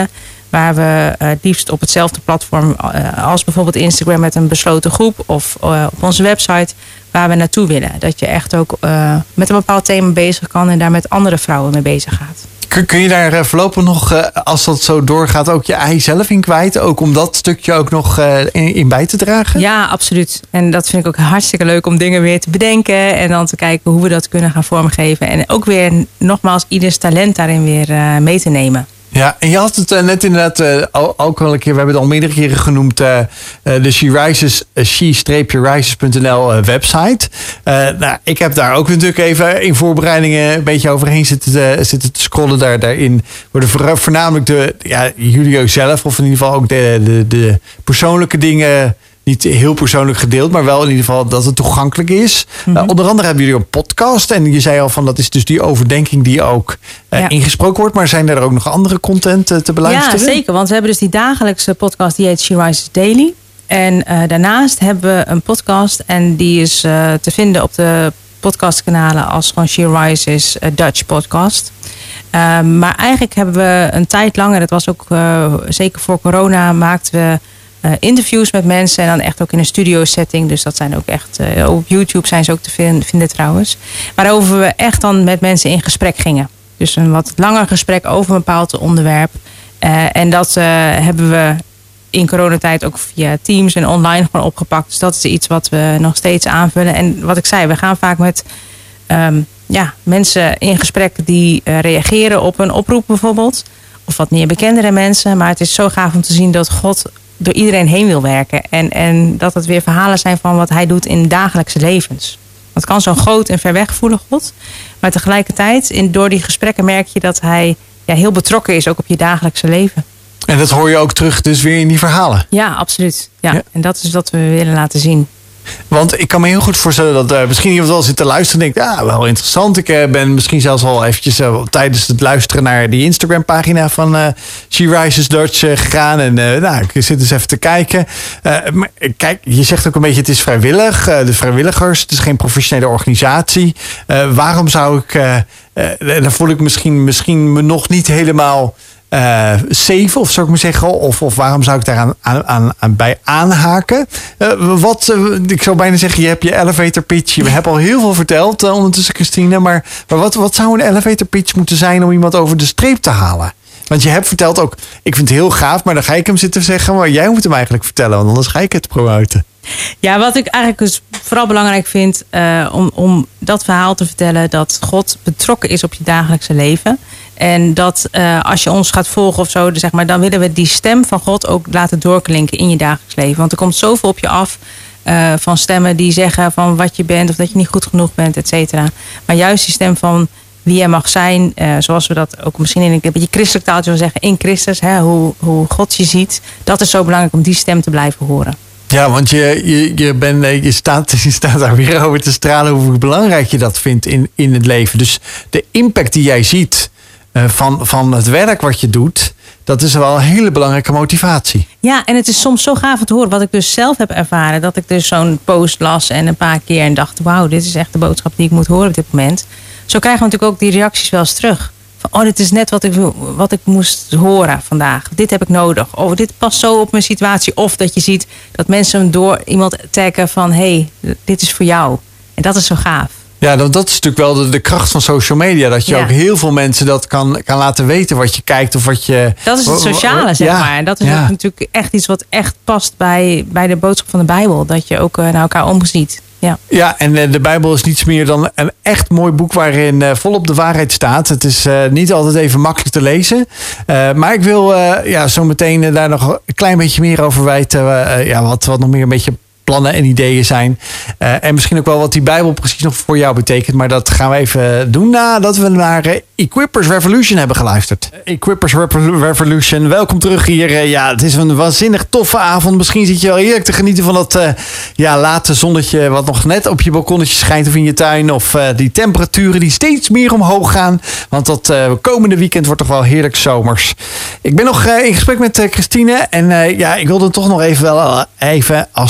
Waar we uh, het liefst op hetzelfde platform uh, als bijvoorbeeld Instagram met een besloten groep. Of uh, op onze website waar we naartoe willen. Dat je echt ook uh, met een bepaald thema bezig kan en daar met andere vrouwen mee bezig gaat. Kun, kun je daar uh, voorlopig nog, uh, als dat zo doorgaat, ook je ei zelf in kwijt? Ook om dat stukje ook nog uh, in, in bij te dragen? Ja, absoluut. En dat vind ik ook hartstikke leuk om dingen weer te bedenken. En dan te kijken hoe we dat kunnen gaan vormgeven. En ook weer nogmaals ieders talent daarin weer uh, mee te nemen. Ja, en je had het uh, net inderdaad uh, ook al een keer, we hebben het al meerdere keren genoemd, uh, uh, de She Rises, uh, she-rises punt n l uh, website. Uh, nou, ik heb daar ook natuurlijk even in voorbereidingen een beetje overheen zitten te, zitten te scrollen. Daar, daarin worden voor, voornamelijk de, ja, jullie zelf, of in ieder geval ook de, de, de persoonlijke dingen, niet heel persoonlijk gedeeld, maar wel in ieder geval dat het toegankelijk is. Mm-hmm. Uh, onder andere hebben jullie een podcast. En je zei al van dat is dus die overdenking die ook uh, ja. ingesproken wordt. Maar zijn er ook nog andere content uh, te beluisteren? Ja, zeker. Want we hebben dus die dagelijkse podcast die heet She Rises Daily. En uh, daarnaast hebben we een podcast. En die is uh, te vinden op de podcastkanalen als gewoon She Rises uh, Dutch podcast. Uh, maar eigenlijk hebben we een tijd lang, en dat was ook uh, zeker voor corona, maakten we Uh, interviews met mensen en dan echt ook in een studio setting. Dus dat zijn ook echt, uh, op YouTube zijn ze ook te vinden, vinden trouwens. Waarover we echt dan met mensen in gesprek gingen. Dus een wat langer gesprek over een bepaald onderwerp. Uh, en dat uh, hebben we in coronatijd ook via Teams en online gewoon opgepakt. Dus dat is iets wat we nog steeds aanvullen. En wat ik zei, we gaan vaak met um, ja, mensen in gesprek die uh, reageren op een oproep bijvoorbeeld. Of wat meer bekendere mensen. Maar het is zo gaaf om te zien dat God door iedereen heen wil werken. En, en dat het weer verhalen zijn van wat hij doet in dagelijkse levens. Want het kan zo groot en ver weg voelen, God. Maar tegelijkertijd, in, door die gesprekken merk je dat hij ja, heel betrokken is ook op je dagelijkse leven. En dat hoor je ook terug dus weer in die verhalen? Ja, absoluut. Ja. Ja. En dat is wat we willen laten zien. Want ik kan me heel goed voorstellen dat uh, misschien iemand wel zit te luisteren en denkt, ja, wel interessant. Ik uh, ben misschien zelfs al eventjes uh, tijdens het luisteren naar die Instagram pagina van uh, She Rises Dutch uh, gegaan. En uh, nou, ik zit dus even te kijken. Uh, maar, kijk, je zegt ook een beetje, het is vrijwillig. Uh, de vrijwilligers, het is geen professionele organisatie. Uh, waarom zou ik, uh, uh, dan voel ik misschien, misschien me nog niet helemaal Uh, safe, of zou ik maar zeggen, of, of waarom zou ik daar aan, aan, aan bij aanhaken? Uh, wat, uh, ik zou bijna zeggen, je hebt je elevator pitch. Je hebt al heel veel verteld uh, ondertussen, Christine. Maar, maar wat, wat zou een elevator pitch moeten zijn om iemand over de streep te halen? Want je hebt verteld ook, ik vind het heel gaaf, maar dan ga ik hem zitten zeggen, maar jij moet hem eigenlijk vertellen, want anders ga ik het promoten. Ja, wat ik eigenlijk dus vooral belangrijk vind uh, om, om dat verhaal te vertellen, dat God betrokken is op je dagelijkse leven. En dat uh, als je ons gaat volgen of zo, zeg maar, dan willen we die stem van God ook laten doorklinken in je dagelijks leven. Want er komt zoveel op je af uh, van stemmen die zeggen van wat je bent of dat je niet goed genoeg bent, et cetera. Maar juist die stem van wie jij mag zijn, uh, zoals we dat ook misschien in een beetje christelijk taaltje willen zeggen, in Christus, hè, hoe, hoe God je ziet. Dat is zo belangrijk om die stem te blijven horen. Ja, want je, je, je, ben, je, staat, je staat daar weer over te stralen hoe belangrijk je dat vindt in, in het leven. Dus de impact die jij ziet uh, van, van het werk wat je doet, dat is wel een hele belangrijke motivatie. Ja, en het is soms zo gaaf om te horen wat ik dus zelf heb ervaren. Dat ik dus zo'n post las en een paar keer en dacht, wauw, dit is echt de boodschap die ik moet horen op dit moment. Zo krijgen we natuurlijk ook die reacties wel eens terug. Van, oh, dit is net wat ik, wat ik moest horen vandaag. Dit heb ik nodig. Oh, dit past zo op mijn situatie. Of dat je ziet dat mensen door iemand taggen van, hé, hey, dit is voor jou. En dat is zo gaaf. Ja, dat, dat is natuurlijk wel de, de kracht van social media. Dat je ja. ook heel veel mensen dat kan, kan laten weten wat je kijkt of wat je... Dat is het sociale, zeg ja. maar. Dat is ja. ook natuurlijk echt iets wat echt past bij, bij de boodschap van de Bijbel. Dat je ook naar elkaar omziet. Ja. ja, en de Bijbel is niets meer dan een echt mooi boek waarin uh, volop de waarheid staat. Het is uh, niet altijd even makkelijk te lezen. Uh, maar ik wil uh, ja, zo meteen uh, daar nog een klein beetje meer over weten. Uh, ja, wat, wat nog meer een beetje plannen en ideeën zijn. Uh, en misschien ook wel wat die Bijbel precies nog voor jou betekent. Maar dat gaan we even doen nadat we naar uh, Equippers Revolution hebben geluisterd. Uh, Equippers Revolution, welkom terug hier. Uh, ja, het is een waanzinnig toffe avond. Misschien zit je wel heerlijk te genieten van dat uh, ja, late zonnetje wat nog net op je balkonnetje schijnt of in je tuin. Of uh, die temperaturen die steeds meer omhoog gaan. Want dat uh, komende weekend wordt toch wel heerlijk zomers. Ik ben nog uh, in gesprek met uh, Christine. En uh, ja, ik wilde toch nog even wel uh, even als... Uh,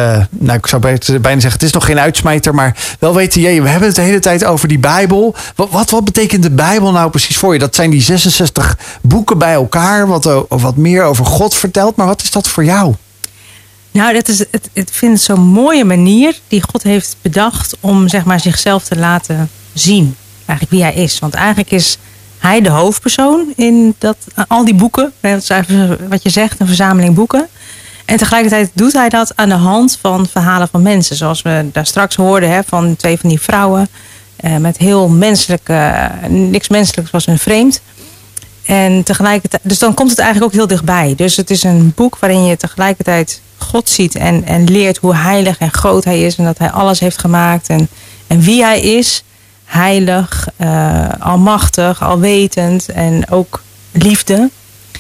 Uh, nou, ik zou bijna zeggen, het is nog geen uitsmijter, maar wel weten, jee, we hebben het de hele tijd over die Bijbel. Wat, wat, wat betekent de Bijbel nou precies voor je? Dat zijn die zesenzestig boeken bij elkaar, wat, wat meer over God vertelt. Maar wat is dat voor jou? Nou, dat is, het, ik vind het zo'n mooie manier die God heeft bedacht om zeg maar, zichzelf te laten zien. Eigenlijk wie hij is. Want eigenlijk is hij de hoofdpersoon in dat, al die boeken. Dat is eigenlijk wat je zegt, een verzameling boeken. En tegelijkertijd doet hij dat aan de hand van verhalen van mensen. Zoals we daar straks hoorden hè, van twee van die vrouwen. Eh, met heel menselijk, uh, niks menselijks was hun vreemd. En tegelijkertijd, dus dan komt het eigenlijk ook heel dichtbij. Dus het is een boek waarin je tegelijkertijd God ziet en, en leert hoe heilig en groot hij is. En dat hij alles heeft gemaakt. En, en wie hij is. Heilig, uh, almachtig, alwetend en ook liefde.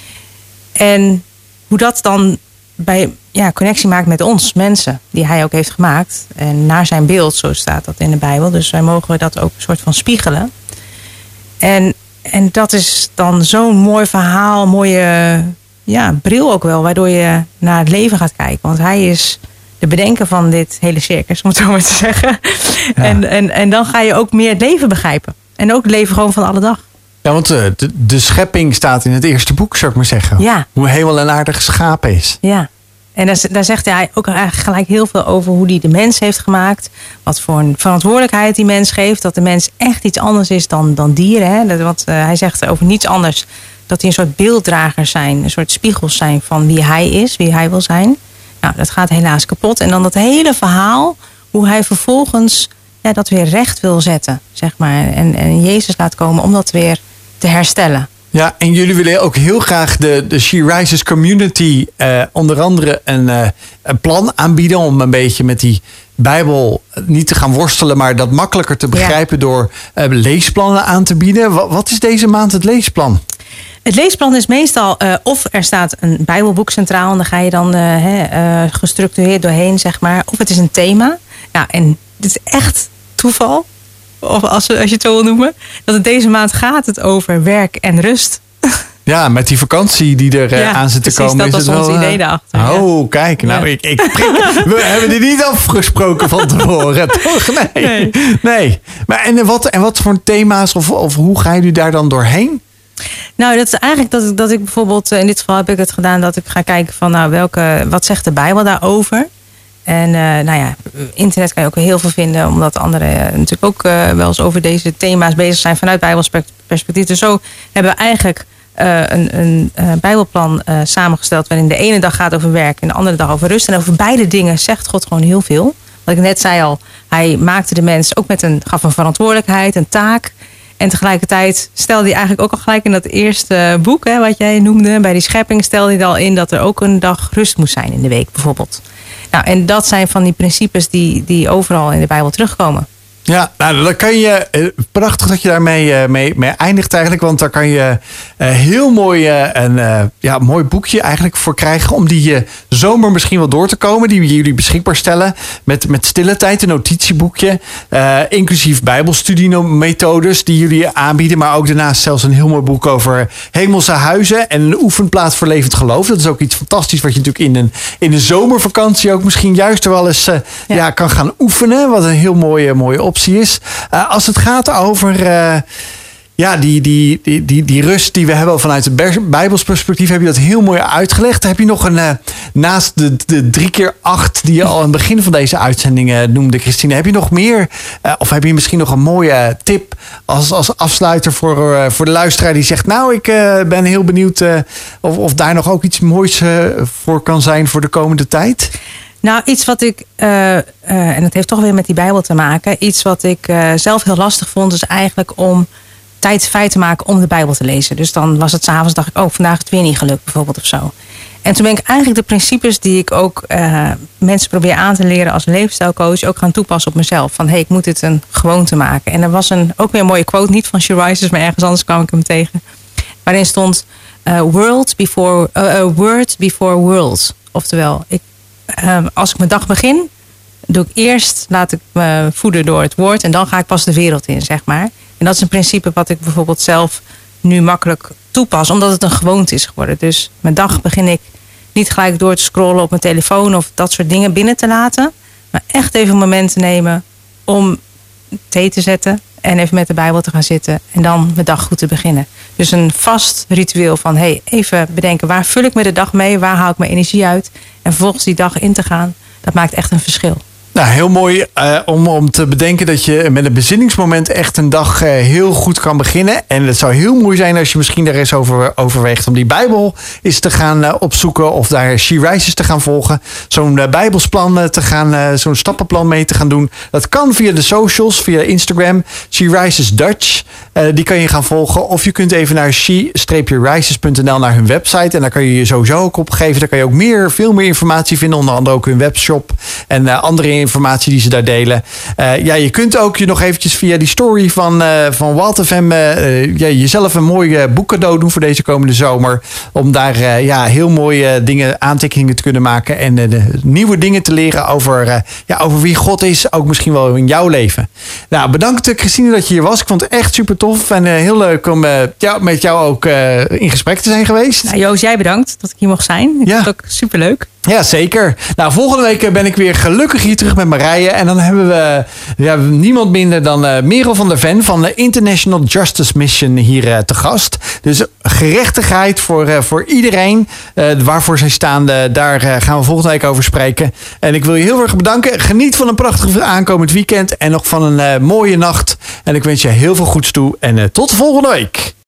En hoe dat dan bij ja, connectie maakt met ons, mensen, die hij ook heeft gemaakt. En naar zijn beeld, zo staat dat in de Bijbel. Dus wij mogen dat ook een soort van spiegelen. En, en dat is dan zo'n mooi verhaal, mooie ja, bril ook wel, waardoor je naar het leven gaat kijken. Want hij is de bedenker van dit hele circus, om het zo maar te zeggen. Ja. En, en, en dan ga je ook meer het leven begrijpen. En ook het leven gewoon van alle dag. Ja, want de, de, de schepping staat in het eerste boek, zou ik maar zeggen. Ja. Hoe hemel en aarde geschapen is. Ja. En daar, daar zegt hij ook eigenlijk gelijk heel veel over hoe hij de mens heeft gemaakt. Wat voor een verantwoordelijkheid die mens geeft. Dat de mens echt iets anders is dan, dan dieren. Hè? Dat, wat, uh, hij zegt over niets anders. Dat die een soort beelddragers zijn. Een soort spiegels zijn van wie hij is. Wie hij wil zijn. Nou, dat gaat helaas kapot. En dan dat hele verhaal. Hoe hij vervolgens ja, dat weer recht wil zetten. Zeg maar. En, en Jezus laat komen om dat weer te herstellen. Ja, en jullie willen ook heel graag de, de She Rises community uh, onder andere een, uh, een plan aanbieden om een beetje met die Bijbel niet te gaan worstelen, maar dat makkelijker te begrijpen ja. door uh, leesplannen aan te bieden. Wat, wat is deze maand het leesplan? Het leesplan is meestal uh, of er staat een Bijbelboek centraal en dan ga je dan uh, he, uh, gestructureerd doorheen, zeg maar. Of het is een thema. Nou, en dit is echt toeval. Of als, als je het zo wil noemen. Dat het deze maand gaat het over werk en rust. Ja, met die vakantie die er ja, aan zit te komen. Dat is was het ons wel, idee daarachter. Oh, ja. Kijk. Nou, ja. ik, ik prik, we hebben dit niet afgesproken van tevoren. Toch? Nee. nee. nee. Maar en wat, en wat voor thema's of, of hoe ga je daar dan doorheen? Nou, dat is eigenlijk dat ik, dat ik bijvoorbeeld... In dit geval heb ik het gedaan dat ik ga kijken van... nou, welke, wat zegt de Bijbel daarover? En uh, nou ja, internet kan je ook heel veel vinden, omdat anderen uh, natuurlijk ook uh, wel eens over deze thema's bezig zijn vanuit Bijbels perspectief. Dus zo hebben we eigenlijk uh, een, een uh, Bijbelplan uh, samengesteld waarin de ene dag gaat over werk en de andere dag over rust. En over beide dingen zegt God gewoon heel veel. Wat ik net zei al, hij maakte de mens ook met een, gaf een verantwoordelijkheid, een taak. En tegelijkertijd stelde hij eigenlijk ook al gelijk in dat eerste boek, hè, wat jij noemde, bij die schepping, stelde hij al in dat er ook een dag rust moest zijn in de week bijvoorbeeld. Nou, en dat zijn van die principes die, die overal in de Bijbel terugkomen. Ja, nou, dan kan je, prachtig dat je daarmee uh, mee, mee eindigt eigenlijk. Want daar kan je uh, heel mooi uh, een uh, ja, mooi boekje eigenlijk voor krijgen. Om die uh, zomer misschien wel door te komen. Die we jullie beschikbaar stellen. Met, met stille tijd, een notitieboekje. Uh, inclusief bijbelstudiemethodes die jullie aanbieden. Maar ook daarnaast zelfs een heel mooi boek over hemelse huizen. En een oefenplaats voor levend geloof. Dat is ook iets fantastisch wat je natuurlijk in een, in een zomervakantie ook misschien juist er wel eens uh, ja. Ja, kan gaan oefenen. Wat een heel mooie, mooie optie is. Uh, als het gaat over uh, ja, die, die, die, die, die rust die we hebben vanuit het Bijbels perspectief, heb je dat heel mooi uitgelegd. Heb je nog een, uh, naast de, de drie keer acht die je al aan het begin van deze uitzending uh, noemde, Christine, heb je nog meer, uh, of heb je misschien nog een mooie tip als, als afsluiter voor, uh, voor de luisteraar die zegt, nou, ik uh, ben heel benieuwd uh, of, of daar nog ook iets moois uh, voor kan zijn voor de komende tijd? Nou, iets wat ik, uh, uh, en dat heeft toch weer met die Bijbel te maken. Iets wat ik uh, zelf heel lastig vond, is eigenlijk om tijd vrij te maken om de Bijbel te lezen. Dus dan was het 's avonds, dacht ik, oh, vandaag is het weer niet gelukt bijvoorbeeld of zo. En toen ben ik eigenlijk de principes die ik ook uh, mensen probeer aan te leren als levensstijlcoach ook gaan toepassen op mezelf. Van, hé, hey, ik moet dit een gewoonte maken. En er was een, ook weer een mooie quote, niet van She Rises, maar ergens anders kwam ik hem tegen. Waarin stond, uh, world before, uh, uh, word before world. Oftewel, ik Um, als ik mijn dag begin, doe ik eerst, laat ik me voeden door het woord en dan ga ik pas de wereld in, zeg maar. En dat is een principe wat ik bijvoorbeeld zelf nu makkelijk toepas, omdat het een gewoonte is geworden. Dus mijn dag begin ik niet gelijk door te scrollen op mijn telefoon of dat soort dingen binnen te laten. Maar echt even een moment te nemen om thee te zetten en even met de Bijbel te gaan zitten en dan mijn dag goed te beginnen. Dus een vast ritueel van hey, even bedenken, waar vul ik me de dag mee? Waar haal ik mijn energie uit? En vervolgens die dag in te gaan, dat maakt echt een verschil. Nou, heel mooi uh, om, om te bedenken dat je met een bezinningsmoment echt een dag uh, heel goed kan beginnen. En het zou heel mooi zijn als je misschien daar eens over overweegt om die Bijbel eens te gaan uh, opzoeken. Of daar She Rises te gaan volgen. Zo'n uh, Bijbelsplan uh, te gaan, uh, zo'n stappenplan mee te gaan doen. Dat kan via de socials, via Instagram. She Rises Dutch. Uh, die kan je gaan volgen. Of je kunt even naar she rises punt n l naar hun website. En daar kan je je sowieso ook opgeven. Daar kan je ook meer, veel meer informatie vinden. Onder andere ook hun webshop. En uh, andere informatie die ze daar delen. Uh, ja, je kunt ook je nog eventjes via die story van, uh, van Wild F M uh, ja, jezelf een mooi uh, boek cadeau doen voor deze komende zomer. Om daar uh, ja, heel mooie dingen, aantekeningen te kunnen maken. En uh, de nieuwe dingen te leren over, uh, ja, over wie God is. Ook misschien wel in jouw leven. Nou, bedankt Christine dat je hier was. Ik vond het echt super tof. En uh, heel leuk om uh, jou, met jou ook uh, in gesprek te zijn geweest. Nou, Joost, jij bedankt dat ik hier mocht zijn. Ik ja. vond het ook superleuk. Ja, zeker. Nou, volgende week ben ik weer gelukkig hier terug met Marije. En dan hebben we ja, niemand minder dan uh, Merel van der Ven van de International Justice Mission hier uh, te gast. Dus gerechtigheid voor, uh, voor iedereen. Uh, waarvoor zij staan, uh, daar uh, gaan we volgende week over spreken. En ik wil je heel erg bedanken. Geniet van een prachtig aankomend weekend. En nog van een uh, mooie nacht. En ik wens je heel veel goeds toe. En uh, tot de volgende week.